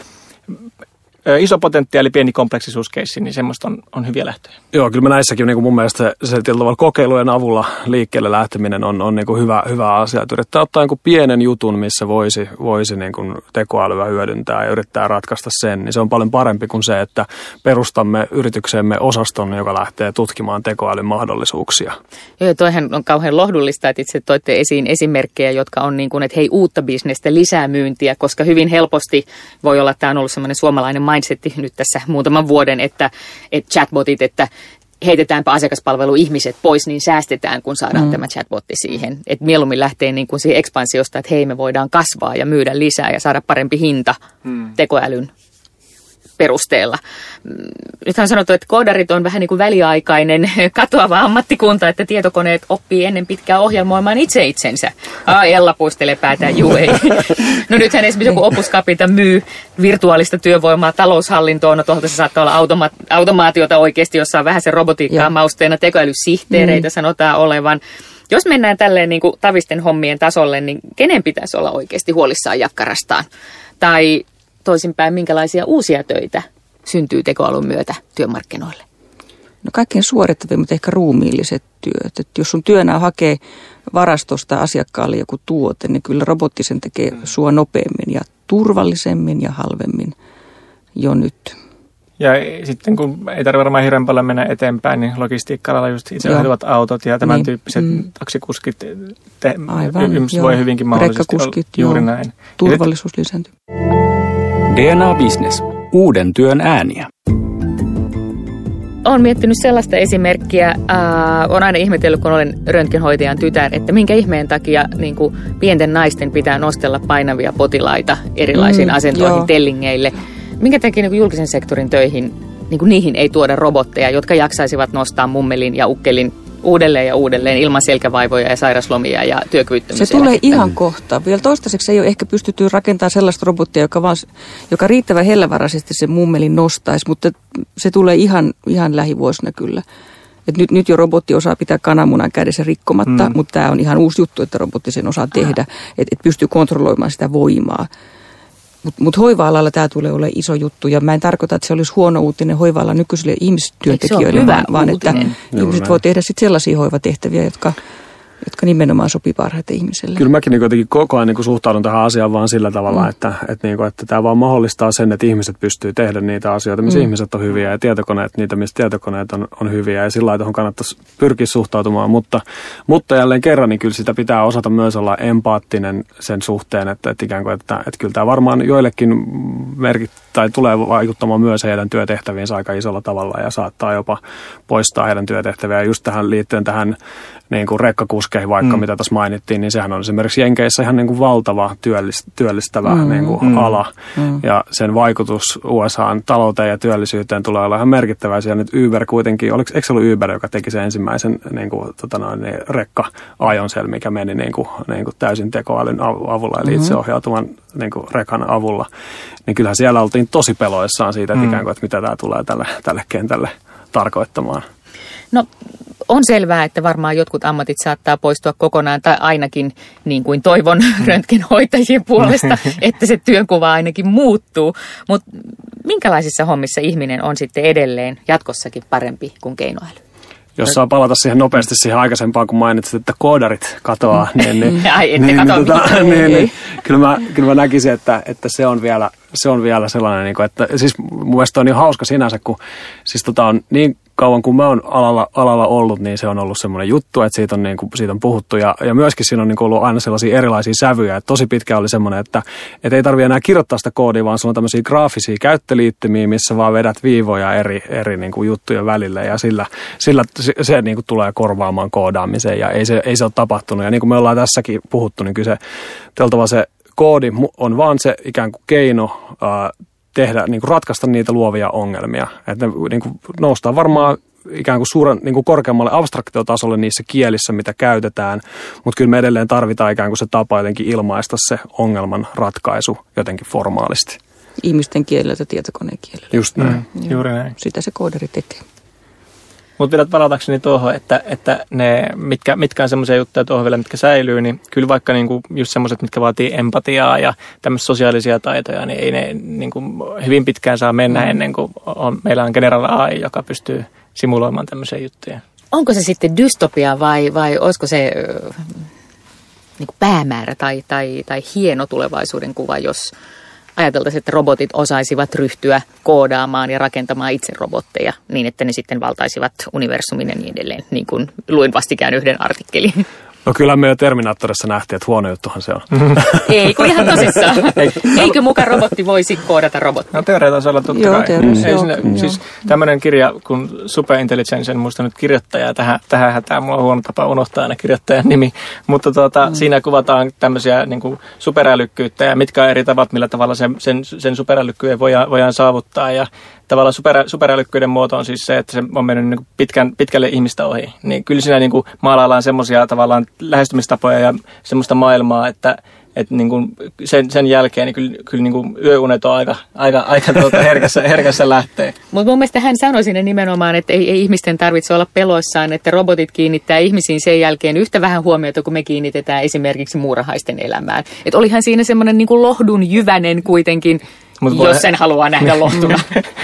iso potentiaali, pieni kompleksisuuskeissi, niin semmoista on, on hyviä lähtöjä. Joo, kyllä mä näissäkin niin kuin mun mielestä se, se tietyllä tavalla kokeilujen avulla liikkeelle lähteminen on, on niin kuin hyvä, hyvä asia. Että yrittää ottaa niin kuin pienen jutun, missä voisi, voisi niin kuin tekoälyä hyödyntää ja yrittää ratkaista sen, niin se on paljon parempi kuin se, että perustamme yritykseemme osaston, joka lähtee tutkimaan tekoälyn mahdollisuuksia. Joo, toihan on kauhean lohdullista, että itse toitte esiin esimerkkejä, jotka on niin kuin, että hei, uutta bisnestä, lisää myyntiä, koska hyvin helposti voi olla, että tämä on ollut semmoinen suomalainen mindsetti nyt tässä muutaman vuoden, että, että chatbotit, että heitetäänpä asiakaspalveluihmiset pois, niin säästetään, kun saadaan mm. tämä chatbotti siihen. Että mieluummin lähtee niin kuin siihen ekspansiosta, että hei, me voidaan kasvaa ja myydä lisää ja saada parempi hinta mm. tekoälyn perusteella. Nythän on sanottu, että koodarit on vähän niin kuin väliaikainen katoava ammattikunta, että tietokoneet oppii ennen pitkää ohjelmoimaan itse itsensä. Ai, Ella puistelee päätään, juu ei. No nythän esimerkiksi joku Opus Capita myy virtuaalista työvoimaa taloushallintoon, no tuolta se saattaa olla automa- automaatiota oikeasti, jossa on vähän se robotiikkaa mausteena, tekoälysihteereitä mm. sanotaan olevan. Jos mennään tälleen niin kuin tavisten hommien tasolle, niin kenen pitäisi olla oikeasti huolissaan jakkarastaan? Tai toisinpäin, minkälaisia uusia töitä syntyy tekoälyn myötä työmarkkinoille? No kaikkein suorittavimmat ehkä ruumiilliset työt. Et jos sun työnä on hakea varastosta asiakkaalle joku tuote, niin kyllä robotti sen tekee sua nopeammin ja turvallisemmin ja halvemmin jo nyt. Ja sitten kun ei tarvitse varmaan hirveän paljon mennä eteenpäin, niin logistiikka-alalla just itse ohjaavat autot ja tämän niin. tyyppiset mm. taksikuskit te- Aivan, voi hyvinkin mahdollisesti olla juuri joo. näin. Turvallisuus lisääntyy. D N A Business. Uuden työn ääniä. Olen miettinyt sellaista esimerkkiä, äh, olen aina ihmetellyt, kun olen röntgenhoitajan tytär, että minkä ihmeen takia niin kuin pienten naisten pitää nostella painavia potilaita erilaisiin mm, asentoihin, joo. tellingeille. Minkä takia niin kuin julkisen sektorin töihin, niin kuin niihin ei tuoda robotteja, jotka jaksaisivat nostaa mummelin ja ukkelin uudelleen ja uudelleen ilman selkävaivoja ja sairaslomia ja työkyvyttömyyseläkettä. Se tulee ihan kohta. Vielä toistaiseksi ei ole ehkä pystytty rakentamaan sellaista robottia, joka, vaan, joka riittävän hellävaraisesti sen mummelin nostaisi, mutta se tulee ihan, ihan lähivuosina kyllä. Et nyt, nyt jo robotti osaa pitää kananmunan kädessä rikkomatta, mm. mutta tämä on ihan uusi juttu, että robotti sen osaa tehdä, että et pystyy kontrolloimaan sitä voimaa. Mutta mut hoiva-alalla tämä tulee olemaan iso juttu, ja mä en tarkoita, että se olisi huono uutinen hoiva-alalla nykyisille ihmistyöntekijöille, vaan, vaan että ihmiset voi tehdä sitten sellaisia hoivatehtäviä, jotka, jotka nimenomaan sopii parhaiten ihmiselle. Kyllä mäkin niin jotenkin koko ajan niin suhtaudun tähän asiaan vaan sillä tavalla, mm. että, että, niin kuin, että tämä vaan mahdollistaa sen, että ihmiset pystyy tehdä niitä asioita, missä mm. ihmiset on hyviä, ja tietokoneet niitä, missä tietokoneet on, on hyviä, ja sillä lailla tuohon kannattaisi pyrkiä suhtautumaan, mutta, mutta jälleen kerran, niin kyllä sitä pitää osata myös olla empaattinen sen suhteen, että, että ikään kuin, että, että kyllä tämä varmaan joillekin merkit, tai tulee vaikuttamaan myös heidän työtehtäviinsä aika isolla tavalla, ja saattaa jopa poistaa heidän työtehtäviä, ja just tähän liittyen tähän niin kuin rekkakuskeihin vaikka, mm. mitä tässä mainittiin, niin sehän on esimerkiksi Jenkeissä ihan niin kuin valtava työllistävä mm. niin kuin mm. ala. Mm. Ja sen vaikutus U S A:n talouteen ja työllisyyteen tulee olla ihan merkittävää. Siellä nyt Uber kuitenkin, oliko, eikö se ollut Uber, joka teki sen ensimmäisen niin kuin, tota noin, niin, rekka-ajon siellä, mikä meni niin kuin, niin kuin täysin tekoälyn avulla, eli mm-hmm. itseohjautuvan niin kuin rekan avulla. Niin kyllähän siellä oltiin tosi peloissaan siitä, että, mm. ikään kuin, että mitä tämä tulee tälle, tälle kentälle tarkoittamaan. No on selvää, että varmaan jotkut ammatit saattaa poistua kokonaan, tai ainakin niin kuin toivon röntgenhoitajien puolesta, että se työnkuva ainakin muuttuu. Mutta minkälaisissa hommissa ihminen on sitten edelleen jatkossakin parempi kuin keinoäly? Jos saa palata siihen nopeasti siihen aikaisempaan, kun mainitsit, että koodarit katoaa, niin, niin, Ai, ette niin, katoa niin, tota, niin, niin kyllä, mä, kyllä mä näkisin, että, että se, on vielä, se on vielä sellainen, niin kuin, että siis mun mielestä on niin hauska sinänsä, kun siis tota on niin kauan kun mä oon alalla, alalla ollut, niin se on ollut semmoinen juttu, että siitä on, niin kuin, siitä on puhuttu. Ja, ja myöskin siinä on niin kuin ollut aina sellaisia erilaisia sävyjä. Että tosi pitkä oli semmoinen, että, että ei tarvitse enää kirjoittaa sitä koodia, vaan sulla on tämmöisiä graafisia käyttöliittymiä, missä vaan vedät viivoja eri, eri niin kuin juttujen välille. Ja sillä, sillä se, se niin kuin tulee korvaamaan koodaamiseen ja ei se, ei se ole tapahtunut. Ja niin kuin me ollaan tässäkin puhuttu, niin kyllä se, teltava se koodi on vaan se ikään kuin keino ää, tehdä, niin kuin ratkaista niitä luovia ongelmia. Että ne niin kuin noustaan varmaan ikään kuin suuren, niin kuin korkeammalle abstraktiotasolle niissä kielissä, mitä käytetään, mutta kyllä me edelleen tarvitaan ikään kuin se tapa jotenkin ilmaista se ongelman ratkaisu jotenkin formaalisti. Ihmisten kielellä ja tietokoneen kielellä. Just näin. Mm, juuri näin. Sitä se kooderi tekee. Mutta vielä palatakseni tuohon, että, että ne, mitkä, mitkä on semmoisia juttuja tuohon vielä, mitkä säilyy, niin kyllä vaikka niinku just semmoiset, mitkä vaatii empatiaa ja tämmöisiä sosiaalisia taitoja, niin ei ne niinku hyvin pitkään saa mennä ennen kuin on, meillä on General A I, joka pystyy simuloimaan tämmöisiä juttuja. Onko se sitten dystopia vai, vai olisiko se äh, niin kuin päämäärä tai, tai, tai hieno tulevaisuuden kuva, jos ajateltaisiin, että robotit osaisivat ryhtyä koodaamaan ja rakentamaan itse robotteja niin, että ne sitten valtaisivat universumin ja niin edelleen, niin kuin luin vastikään yhden artikkelin. No kyllä me jo Terminaattorissa nähtiin, että huono juttuhan se on. Ei, kun ihan tosissaan. Eikö muka robotti voisi koodata robottia? No teoriassa olla totta joo, kai. Teoriassa, Ei joo, sinne, joo. Siis tämmöinen kirja kuin Superintelligence, en muista nyt kirjoittajaa tähän, tähän hätään. Mulla on huono tapa unohtaa aina kirjoittajan nimi. Mutta tuota, mm. siinä kuvataan tämmöisiä niin kuin superälykkyyttä ja mitkä on eri tavat, millä tavalla sen, sen, sen superälykkyyden voidaan, voidaan saavuttaa. Ja tavallaan super, superälykkyyden muoto on siis se, että se on mennyt niin pitkän, pitkälle ihmistä ohi. Niin kyllä siinä niin kuin maalaillaan semmoisia tavallaan lähestymistapoja ja semmoista maailmaa, että että niin kuin sen, sen jälkeen niin kyllä, kyllä niin kuin yöunet on aika, aika, aika tuota herkässä, herkässä lähtee. Mutta mun mielestä hän sanoi sinne nimenomaan, että ei, ei ihmisten tarvitse olla peloissaan, että robotit kiinnittää ihmisiin sen jälkeen yhtä vähän huomiota, kun me kiinnitetään esimerkiksi muurahaisten elämään. Että olihan siinä semmoinen niin kuin lohdun jyvänen kuitenkin, Mut jos sen haluaa nähdä lohtuna.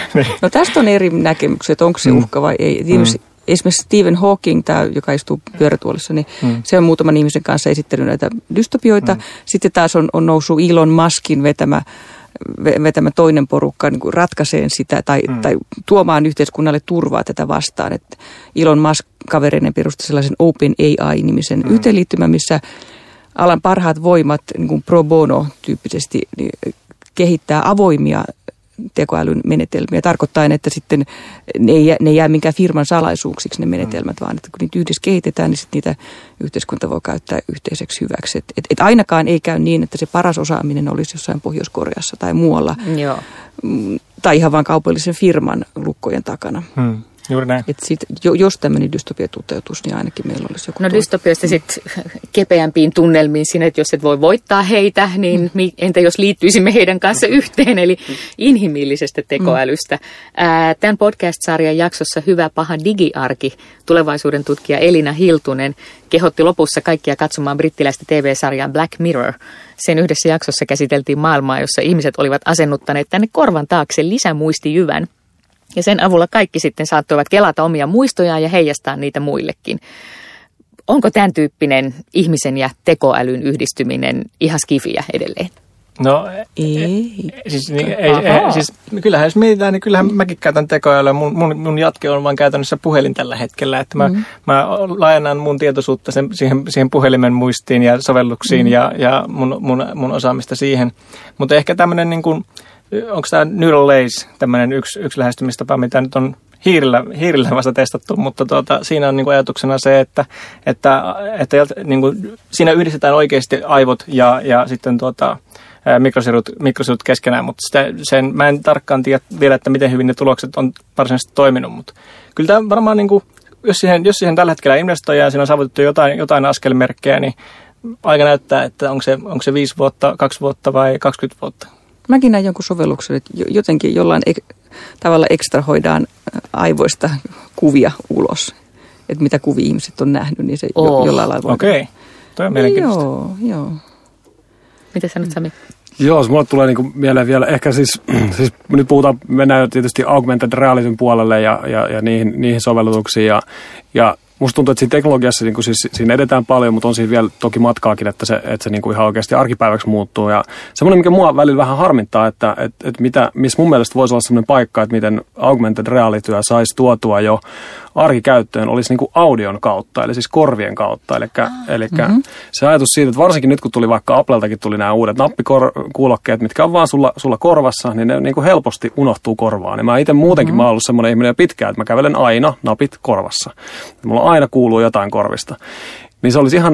No tästä on eri näkemyksiä, että onko se uhka vai ei. Mm. Esimerkiksi Stephen Hawking, tämä, joka istuu pyörätuolissa, niin mm. se on muutaman ihmisen kanssa esittänyt näitä dystopioita. Mm. Sitten taas on, on noussut Elon Muskin vetämä, vetämä toinen porukka niin kuin ratkaiseen sitä tai, mm. tai tuomaan yhteiskunnalle turvaa tätä vastaan. Et Elon Musk kaverinen perusti sellaisen Open A I-nimisen mm. yhteenliittymän, missä alan parhaat voimat niin kuin pro bono tyyppisesti niin kehittää avoimia tekoälyn menetelmiä, tarkoittaen, että sitten ne ei, ne ei jää minkään firman salaisuuksiksi ne menetelmät, mm. vaan että kun niitä yhdessä kehitetään, niin sitten niitä yhteiskunta voi käyttää yhteiseksi hyväksi. Että et, et ainakaan ei käy niin, että se paras osaaminen olisi jossain Pohjois-Koreassa tai muualla, Joo. tai ihan vain kaupallisen firman lukkojen takana. Hmm. Juuri näin. Et sit, jos tämmöinen dystopia toteutuisi, niin ainakin meillä olisi joku... No dystopioista sitten kepeämpiin tunnelmiin siinä, että jos et voi voittaa heitä, niin mm. entä jos liittyisimme heidän kanssa yhteen, eli inhimillisestä tekoälystä. Mm. Tämän podcast-sarjan jaksossa Hyvä paha digiarki tulevaisuuden tutkija Elina Hiltunen kehotti lopussa kaikkia katsomaan brittiläistä T V-sarjaa Black Mirror. Sen yhdessä jaksossa käsiteltiin maailmaa, jossa ihmiset olivat asennuttaneet tänne korvan taakse lisämuistijyvän. Ja sen avulla kaikki sitten saattoivat kelata omia muistojaan ja heijastaa niitä muillekin. Onko tämän tyyppinen ihmisen ja tekoälyn yhdistyminen ihan skifiä edelleen? No ei. Siis, niin, ei, ei, siis kyllähän jos mietitään, niin kyllähän mäkin käytän tekoälyä. Mun, mun, mun jatke on vaan käytännössä puhelin tällä hetkellä. Että mä, mm-hmm. mä laajennan mun tietoisuutta sen, siihen, siihen puhelimen muistiin ja sovelluksiin mm-hmm. ja, ja mun, mun, mun osaamista siihen. Mutta ehkä tämmöinen niin kuin... Onko tämä Neural Lace tämmöinen yksi, yksi lähestymistapa, mitä nyt on hiirillä, hiirillä vasta testattu, mutta tuota, siinä on niinku ajatuksena se, että, että, että niinku, siinä yhdistetään oikeasti aivot ja, ja sitten tuota, mikrosirut, mikrosirut keskenään, mutta sitä, sen, mä en tarkkaan tiedä vielä, että miten hyvin ne tulokset on varsinaisesti toiminut, mutta kyllä tämä varmaan, niinku, jos, siihen, jos siihen tällä hetkellä investoidaan ja siinä on saavutettu jotain, jotain askelmerkkejä, niin aika näyttää, että onko se, onko se viisi vuotta, kaksi vuotta vai kaksikymmentä vuotta. Mäkin näin jonkun sovelluksen, että jotenkin jollain ek, tavalla ekstrahoidaan aivoista kuvia ulos. Että mitä kuvia ihmiset on nähnyt, niin se oh. jo, jollain lailla voidaan. Okei, okay. Toi on mielenkiintoista. Joo, joo. Mitä sanot, Sami? Joo, mulle tulee niinku mieleen vielä, ehkä siis, siis nyt puhutaan, mennään jo tietysti augmented realityn puolelle ja, ja, ja niihin, niihin sovellutuksiin ja, ja musta tuntuu, että siinä teknologiassa niin siis, siinä edetään paljon, mutta on siinä vielä toki matkaakin, että se, että se niin kuin ihan oikeasti arkipäiväksi muuttuu. Ja semmoinen, mikä mua välillä vähän harmittaa, että, että, että mitä, missä mun mielestä voisi olla semmoinen paikka, että miten augmented realityä saisi tuotua jo arkikäyttöön, olisi niin kuin audion kautta, eli siis korvien kautta. Eli, ah, eli mm-hmm. se ajatus siitä, että varsinkin nyt kun tuli vaikka Appleltakin tuli nämä uudet nappikuulokkeet, mitkä on vaan sulla, sulla korvassa, niin ne niin kuin helposti unohtuu korvaan. Ja mä itse muutenkin mm-hmm. mä oon ollut semmoinen ihminen jo pitkään, että mä kävelen aina napit korvassa. Mulla aina kuuluu jotain korvista. Niin se olisi ihan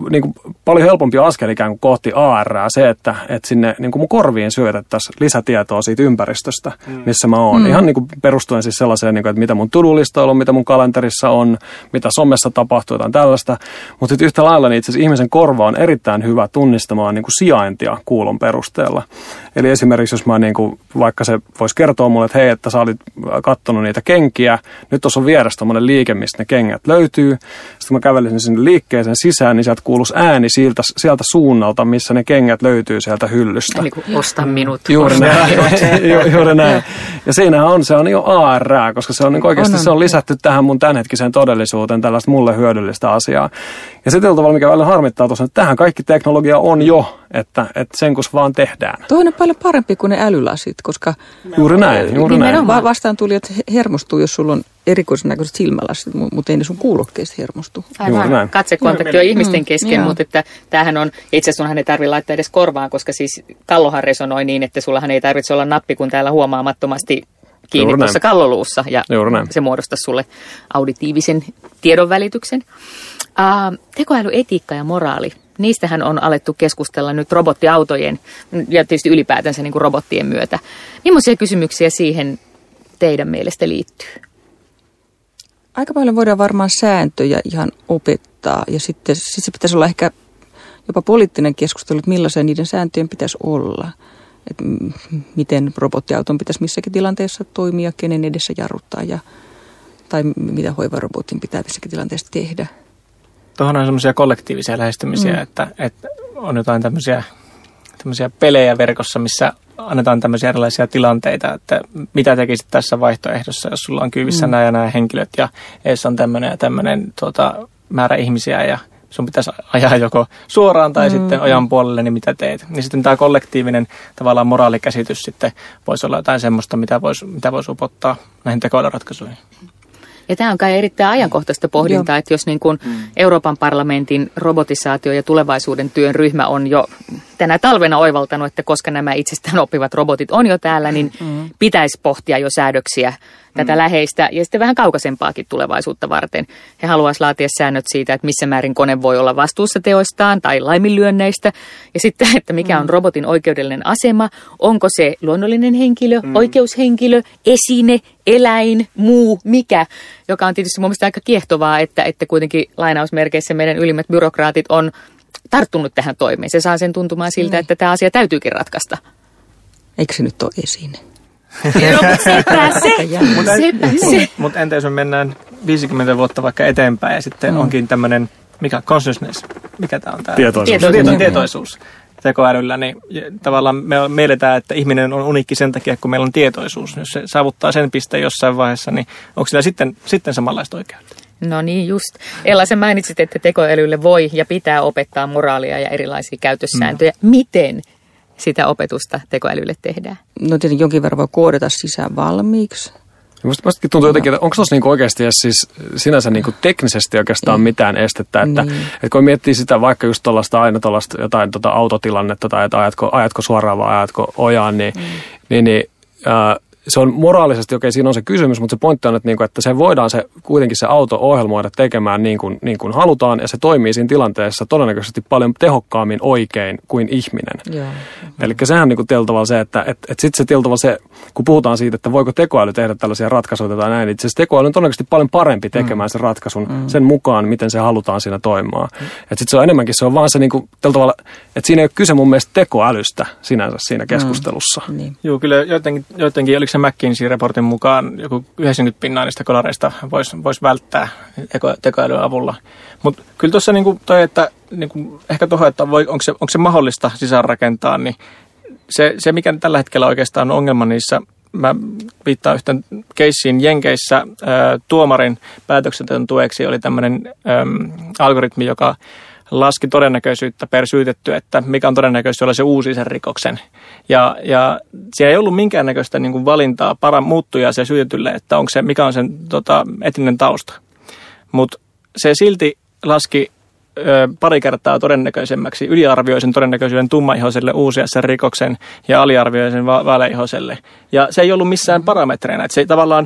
niin kuin paljon helpompi askel ikään kuin kohti A R:ää se, että, että sinne niin kuin mun korviin syötettäisiin lisätietoa siitä ympäristöstä, missä mä oon. Mm. Ihan niin kuin perustuen siis sellaiseen, niin kuin, että mitä mun to-do-listalla on, mitä mun kalenterissa on, mitä somessa tapahtuu, jotain tällaista. Mutta sitten yhtä lailla niin itse asiassa ihmisen korva on erittäin hyvä tunnistamaan niin kuin sijaintia kuulon perusteella. Eli esimerkiksi jos mä niin kuin, vaikka se voisi kertoa mulle, että hei, että sä olit kattonut niitä kenkiä, nyt tuossa on vieressä tommoinen liike, mistä ne kengät löytyy. Sitten kun mä kävelisin sinne liikkeeseen sisään, niin sieltä kuuluisi ääni sieltä, sieltä suunnalta, missä ne kengät löytyy sieltä hyllystä. Niin kuin osta minut. Juuri näin. Ju, juuri näin. Ja siinähän on, se on jo A R, koska se on niin oikeasti se on lisätty tähän mun tämänhetkiseen todellisuuteen tällaista mulle hyödyllistä asiaa. Ja sitten tavalla, mikä välillä harmittaa tuossa, että tähän kaikki teknologia on jo, että, että sen kun vaan tehdään. Toi on paljon parempi kuin ne älylasit, koska juuri näin, juuri näin. Va- vastaan tuli, että hermostuu, jos sulla on erikoisen näköiset silmälasit, mutta ei ne sun kuulokkeista hermostu. Aivan, katsekontakti on ihmisten kesken, mm, mutta että tämähän on, itse asiassa sunhan ei tarvitse laittaa edes korvaan, koska siis kallohan resonoi niin, että sullahan ei tarvitse olla nappi, kun täällä huomaamattomasti kiinni tuossa kalloluussa ja se muodostaa sulle auditiivisen tiedonvälityksen. Uh, tekoäly, etiikka ja moraali. Niistähän on alettu keskustella nyt robottiautojen ja tietysti ylipäätänsä niin kuin robottien myötä. Millaisia kysymyksiä siihen teidän mielestä liittyy? Aika paljon voidaan varmaan sääntöjä ihan opettaa ja sitten sit se pitäisi olla ehkä jopa poliittinen keskustelu, että millaisia niiden sääntöjen pitäisi olla. Että miten robottiauton pitäisi missäkin tilanteessa toimia, kenen edessä jarruttaa ja, tai mitä hoivarobotin pitää tässäkin tilanteessa tehdä. Tuohon on semmoisia kollektiivisia lähestymisiä, mm. että, että on jotain tämmöisiä, tämmöisiä pelejä verkossa, missä annetaan tämmöisiä erilaisia tilanteita, että mitä tekisit tässä vaihtoehdossa, jos sulla on kyyvissä mm. nämä ja nämä henkilöt ja eessä on tämmöinen ja tämmöinen tuota, määrä ihmisiä ja sun pitäisi ajaa joko suoraan tai mm. sitten ojan puolelle, niin mitä teet. Niin sitten tämä kollektiivinen tavallaan moraalikäsitys sitten voisi olla jotain semmoista, mitä voisi, mitä voisi upottaa näihin tekoälyratkaisuihin. Ja tämä on kai erittäin ajankohtaista pohdintaa, Joo. että jos niin kuin mm. Euroopan parlamentin robotisaatio- ja tulevaisuuden työn ryhmä on jo tänä talvena oivaltanut, että koska nämä itsestään oppivat robotit on jo täällä, niin mm. pitäisi pohtia jo säädöksiä tätä mm. läheistä ja sitten vähän kaukaisempaakin tulevaisuutta varten. He haluaisivat laatia säännöt siitä, että missä määrin kone voi olla vastuussa teoistaan tai laiminlyönneistä. Ja sitten, että mikä on robotin oikeudellinen asema, onko se luonnollinen henkilö, mm. oikeushenkilö, esine, eläin, muu, mikä, joka on tietysti mun mielestä aika kiehtovaa, että, että kuitenkin lainausmerkeissä meidän ylimmät byrokraatit on tarttunut tähän toimeen. Se saa sen tuntumaan siltä, että tämä asia täytyykin ratkaista. Eikö se nyt ole esine? Sepä se. Mutta entä jos me mennään viisikymmentä vuotta vaikka eteenpäin ja sitten mm. onkin tämmöinen, mikä consciousness, mikä tämä on tämä? Tietoisuus. Tietoisuus. Tietoisuus tekoälyllä, niin tavallaan me mielletään, että ihminen on uniikki sen takia, kun meillä on tietoisuus. Jos se saavuttaa sen pisteen jossain vaiheessa, niin onko sillä sitten, sitten samanlaista oikeutta? No niin just. Ella, sä mainitsit, että tekoälylle voi ja pitää opettaa moraalia ja erilaisia käytössääntöjä. Mm. Miten sitä opetusta tekoälylle tehdään? No tietenkin jonkin verran voi koodata sisään valmiiksi. Musta tuntuu jotenkin, että onko tuossa niinku oikeasti siis sinänsä niinku teknisesti oikeastaan mm. mitään estettä, että, niin. että kun miettii sitä vaikka just tuollaista aina tuollaista jotain tota autotilannetta tai että ajatko, ajatko suoraan vai ajatko ojaan, niin, mm. niin, niin äh, se on moraalisesti, okei, siinä on se kysymys, mutta se pointti on, että, niinku, että se voidaan se, kuitenkin se auto ohjelmoida tekemään niin kuin, niin kuin halutaan, ja se toimii siinä tilanteessa todennäköisesti paljon tehokkaammin oikein kuin ihminen. Joo. Eli sehän on niin kuin tietyllä tavalla se, että et, et sitten se tietyllä tavalla se, kun puhutaan siitä, että voiko tekoäly tehdä tällaisia ratkaisuja tai näin, niin se tekoäly on todennäköisesti paljon parempi tekemään mm. sen ratkaisun mm. sen mukaan, miten se halutaan siinä toimimaan. Mm. Että sitten se on enemmänkin, se on vaan se niin kuin, tietyllä tavalla, että siinä ei ole kyse mun mielestä tekoälystä sinänsä siinä keskustelussa. Mm. Niin. Joo, kyllä jotenkin, jotenkin oliko se McKinsey-raportin mukaan joku yhdeksänkymmentä pinnaa niistä kolareista voisi vois välttää tekoälyn avulla. Mutta kyllä tuossa niinku toi, että niinku, ehkä tuohon, että voi, onko, se, onko se mahdollista sisäänrakentaa, niin se, se mikä tällä hetkellä oikeastaan on ongelma niissä, mä viittaan yhten keissiin Jenkeissä, ää, tuomarin päätöksenteon tueksi oli tämmöinen algoritmi, joka laski todennäköisyyttä per syytetty, että mikä on todennäköistä, jolla se uusi sen rikoksen. Ja, ja siellä ei ollut minkäännäköistä niin kuin valintaa para muuttuja se syytetylle, että onko se, mikä on sen tota, etinen tausta. Mutta se silti laski ö, pari kertaa todennäköisemmäksi, yliarvioi sen todennäköisyyden tummaihoiselle uusia sen rikoksen ja aliarvioi sen va- vaaleaihoiselle. Ja se ei ollut missään parametreina, että se tavallaan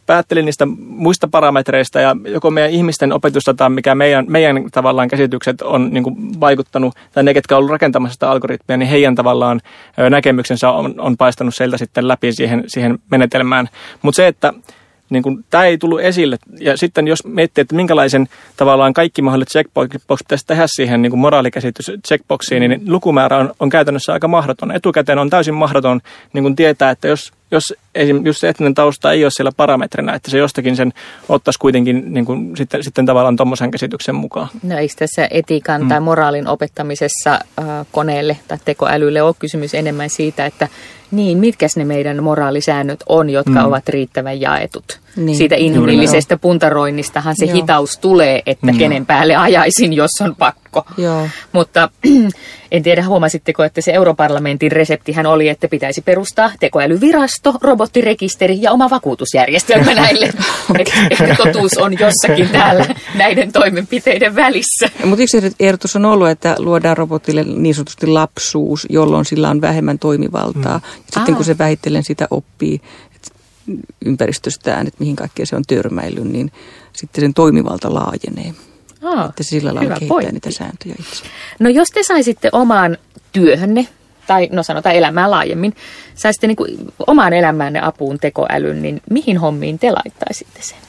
päättelin niistä muista parametreista ja joko meidän ihmisten opetustata, mikä meidän, meidän tavallaan käsitykset on niin kuin vaikuttanut, tai ne, ketkä on ollut rakentamassa sitä algoritmia, niin heidän tavallaan näkemyksensä on, on paistanut sieltä sitten läpi siihen, siihen menetelmään. Mutta se, että niin kun, tämä ei tullut esille. Ja sitten jos miettii, että minkälaisen tavallaan kaikki mahdolliset checkbox pitäisi tehdä siihen niin kuin moraalikäsitys checkboxiin, niin lukumäärä on, on käytännössä aika mahdoton. Etukäteen on täysin mahdoton niin kun tietää, että jos, jos just se etninen tausta ei ole siellä parametrina, että se jostakin sen ottaisi kuitenkin niin kun, sitten, sitten tavallaan tuommoisen käsityksen mukaan. No eikö tässä etiikan mm. tai moraalin opettamisessa äh, koneelle tai tekoälylle ole kysymys enemmän siitä, että niin, mitkäs ne meidän moraalisäännöt on, jotka mm. ovat riittävän jaetut. Niin. Siitä inhimillisestä puntaroinnistahan se Joo. hitaus tulee, että Joo. kenen päälle ajaisin, jos on pakko. Joo. Mutta en tiedä, huomasitteko, että se europarlamentin reseptihän oli, että pitäisi perustaa tekoälyvirasto, robottirekisteri ja oma vakuutusjärjestelmä näille. Ehkä totuus on jossakin täällä näiden toimenpiteiden välissä. Mutta yksi ehdotus on ollut, että luodaan robotille niin sanotusti lapsuus, jolloin sillä on vähemmän toimivaltaa. Mm. Sitten Aa. kun se vähitellen sitä oppii ympäristöstään, että mihin kaikkea se on törmäillyt, niin sitten sen toimivalta laajenee. Aa, että se sillä lailla kehittää pointti. Niitä sääntöjä itse. No jos te saisitte omaan työhönne, tai no sanotaan elämää laajemmin, saisitte niin kuin omaan elämäänne apuun tekoälyn, niin mihin hommiin te laittaisitte sen?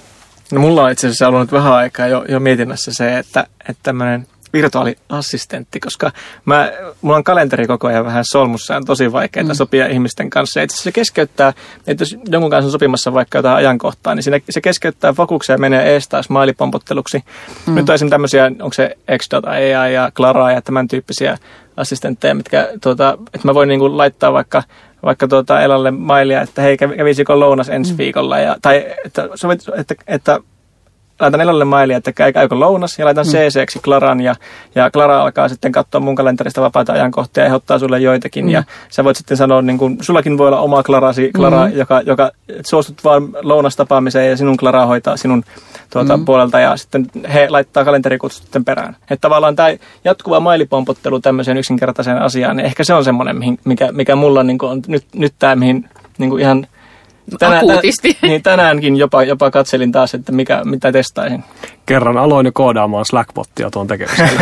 No mulla on itse asiassa ollut nyt vähän aikaa jo, jo mietinnässä se, että, että tämmöinen virtuaaliassistentti, koska mä, mulla on kalenteri koko ajan vähän solmussa ja on tosi vaikeaa mm. sopia ihmisten kanssa. Itse asiassa se keskeyttää, että jos jonkun kanssa on sopimassa vaikka jotain ajankohtaa, niin siinä, se keskeyttää fokuksia ja menee ees taas mailipompotteluksi. Mm. Nyt on esimerkiksi tämmöisiä, onko se X dot A I ja Clara ja tämän tyyppisiä assistentteja, mitkä, tuota, että mä voin niin kuin laittaa vaikka vaikka tuota Elalle mailia, että hei, kävisikö lounas ensi mm. viikolla, ja, tai että, että, että, että laitan Elalle mailia, että käykö lounas, ja laitan mm. C C:ksi Claran, ja, ja Clara alkaa sitten katsoa mun kalenterista vapaita ajankohtia, ja ehdottaa sulle joitakin, mm. ja sä voit sitten sanoa, niin kun, sullakin voi olla oma Clarasi, Clara, mm. joka, joka suostut vaan lounastapaamiseen, ja sinun Clara hoitaa sinun tuota, mm. puolelta, ja sitten he laittaa kalenterikutsut sitten perään. Että tavallaan tämä jatkuva mailipompottelu tämmöiseen yksinkertaiseen asiaan, niin ehkä se on semmoinen, mikä, mikä mulla niin on nyt, nyt tämä, mihin niin ihan Tänään, akuutisti. Niin tänäänkin jopa, jopa katselin taas, että mikä, mitä testaisin. Kerran aloin jo koodaamaan Slack-bottia tuon tekemisellä.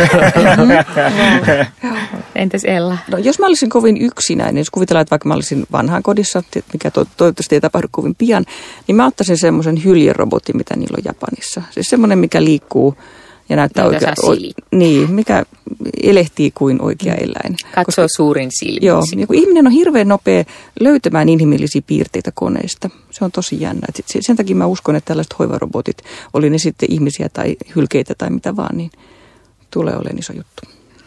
Entäs Ella? No, jos mä olisin kovin yksinäinen, jos kuvitellaan, että vaikka mä olisin vanhaan kodissa, mikä to- toivottavasti ei tapahdu kovin pian, niin mä ottaisin semmoisen hyljerobotin, mitä niillä on Japanissa. Siis semmoinen, mikä liikkuu ja näyttää oikein. Niin, mikä elehtii kuin oikea eläin. Katsoo Koska, suurin silmin. Joo, niin kun ihminen on hirveän nopea löytämään inhimillisiä piirteitä koneista. Se on tosi jännä. Et sen takia mä uskon, että tällaiset hoivarobotit, oli ne sitten ihmisiä tai hylkeitä tai mitä vaan, niin tulee olemaan iso juttu.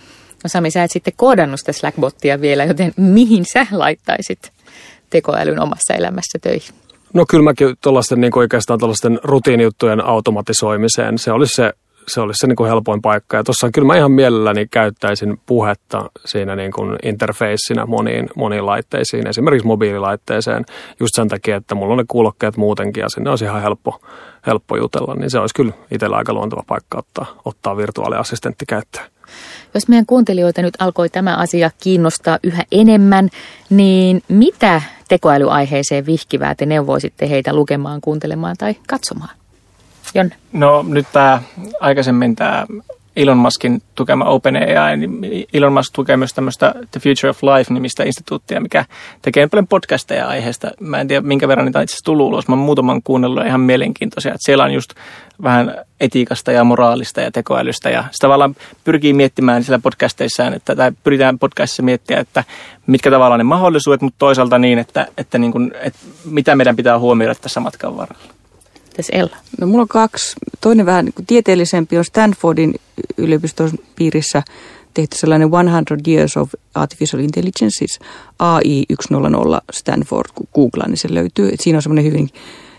No Sami, sä et sitten koodannut sitä Slack-bottia vielä, joten mihin sä laittaisit tekoälyn omassa elämässä töihin? No kyllä mäkin tuollaisten niin oikeastaan tuollaisten rutiinijuttujen automatisoimiseen, se olisi se Se olisi se niin kuin helpoin paikka. Ja tuossa kyllä mä ihan mielelläni käyttäisin puhetta siinä niin kuin interfaceina moniin, moniin laitteisiin, esimerkiksi mobiililaitteeseen, just sen takia, että mulla on ne kuulokkeet muutenkin ja sinne olisi ihan helppo, helppo jutella, niin se olisi kyllä itsellä aika luonteva paikka ottaa, ottaa virtuaaliassistentti käyttöön. Jos meidän kuuntelijoita nyt alkoi tämä asia kiinnostaa yhä enemmän, niin mitä tekoälyaiheeseen vihkivää te neuvoisitte heitä lukemaan, kuuntelemaan tai katsomaan? Jonne? No nyt tämä aikaisemmin tämä Elon Muskin tukema OpenAI, niin Elon Musk tukee myös tämmöistä The Future of Life-nimistä instituuttia, mikä tekee paljon podcasteja aiheesta. Mä en tiedä, minkä verran niitä on itse asiassa tullut ulos. Mä oon muutaman kuunnellut ihan mielenkiintoisia. Että siellä on just vähän etiikasta ja moraalista ja tekoälystä. Ja sitä tavallaan pyrkii miettimään siellä podcasteissaan, että, tai pyritään podcastissa miettiä, että mitkä tavallaan ne mahdollisuudet, mutta toisaalta niin, että, että, niin kuin, että mitä meidän pitää huomioida tässä matkan varrella. Ella? No mulla on kaksi. Toinen vähän niin kuin tieteellisempi on Stanfordin yliopiston piirissä tehty sellainen one hundred years of Artificial Intelligence, siis A I sata Stanford, kun googlaan, niin se löytyy. Et siinä on semmoinen hyvin,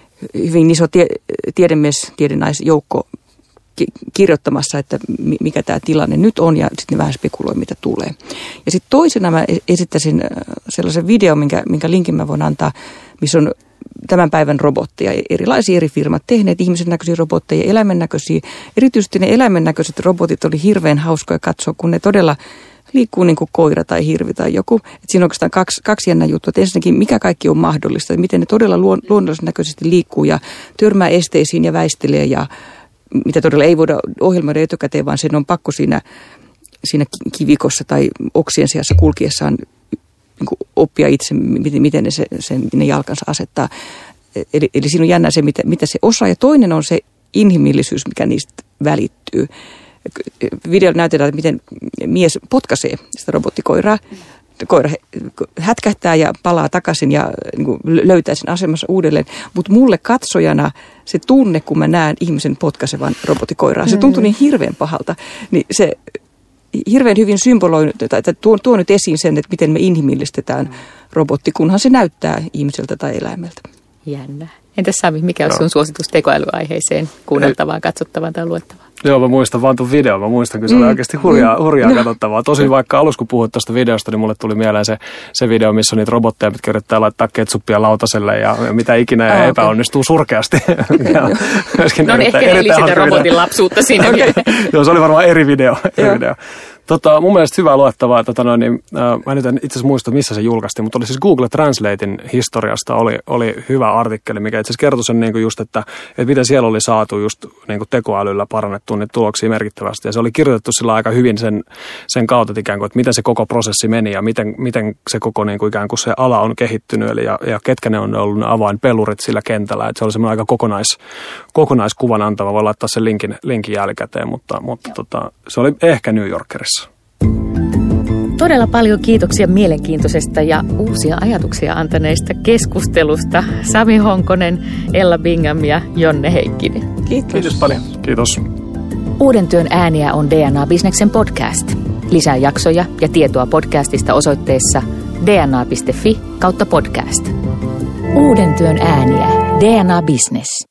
hyvin iso tie, tiedemies, tiedenaisjoukko ki, kirjoittamassa, että mikä tämä tilanne nyt on, ja sitten ne vähän spekuloi, mitä tulee. Ja sitten toisena mä esittäisin sellaisen videon, minkä, minkä linkin mä voin antaa, missä on tämän päivän robotteja, erilaisia eri firmat tehneet, ihmisen näköisiä robotteja, eläimen näköisiä. Erityisesti ne eläimen näköiset robotit oli hirveän hauskoja katsoa, kun ne todella liikkuu niin kuin koira tai hirvi tai joku. Et siinä on oikeastaan kaksi, kaksi jännää juttua. Että ensinnäkin, mikä kaikki on mahdollista, että miten ne todella luon, luonnollisen näköisesti liikkuu ja törmää esteisiin ja väistelee ja mitä todella ei voida ohjelmoida etukäteen, vaan sen on pakko siinä, siinä kivikossa tai oksien sijassa kulkiessaan niin kuin oppia itse, miten, miten ne, se, sen, ne jalkansa asettaa. Eli, eli siinä on jännää se, mitä, mitä se osaa. Ja toinen on se inhimillisyys, mikä niistä välittyy. Videolla näytetään, että miten mies potkaisee sitä robottikoiraa. Koira hätkähtää ja palaa takaisin ja niin kuin löytää sen asemassa uudelleen. Mutta mulle katsojana se tunne, kun mä näen ihmisen potkaisevan robottikoiraa, se tuntuu niin hirveän pahalta. Niin se hirveän hyvin symboloi, että tuo, tuo nyt esiin sen, että miten me inhimillistetään robotti, kunhan se näyttää ihmiseltä tai eläimeltä. Jännä. Entäs Sami, mikä on sun suositus tekoälyaiheeseen kuunneltavaan, katsottavaan tai luettavaan? Joo, mä muistan vaan tuon videon. Mä muistan, kun se oli mm. oikeasti hurjaa, hurjaa katsottavaa. Tosin vaikka alussa, kun puhuit tuosta videosta, niin mulle tuli mieleen se, se video, missä on niitä robotteja, mitkä yrittää laittaa ketsuppia lautaselle ja, ja mitä ikinä ja ah, epäonnistuu okay. surkeasti. No on ehkä eli sitä robotin lapsuutta siinä okay. Joo, se oli varmaan eri video. eri video. Tota, mun mielestä hyvää luettavaa. Tota, no, niin, äh, mä nyt en itse asiassa muista, missä se julkaistiin, mutta oli siis Google Translatein historiasta oli, oli hyvä artikkeli, mikä itse asiassa kertoi sen niin kuin just, että, että miten siellä oli saatu just niin kuin tekoälyllä parannettua niitä tuloksia merkittävästi. Ja se oli kirjoitettu sillä aika hyvin sen, sen kautta, että, ikään kuin, että miten se koko prosessi meni ja miten, miten se koko niin kuin ikään kuin se ala on kehittynyt eli ja, ja ketkä ne on ollut ne avainpelurit sillä kentällä. Että se oli semmoinen aika kokonais, kokonaiskuvan antava. Voi laittaa sen linkin, linkin jälkikäteen, mutta, mutta tota, se oli ehkä New Yorkerissa. Todella paljon kiitoksia mielenkiintoisesta ja uusia ajatuksia antaneista keskustelusta. Sami Honkonen, Ella Bingham ja Jonne Heikkinen. Kiitos. Kiitos paljon. Kiitos. Uuden työn ääniä on D N A-bisneksen podcast. Lisää jaksoja ja tietoa podcastista osoitteessa dna piste fi kautta podcast. Uuden työn ääniä. D N A Business.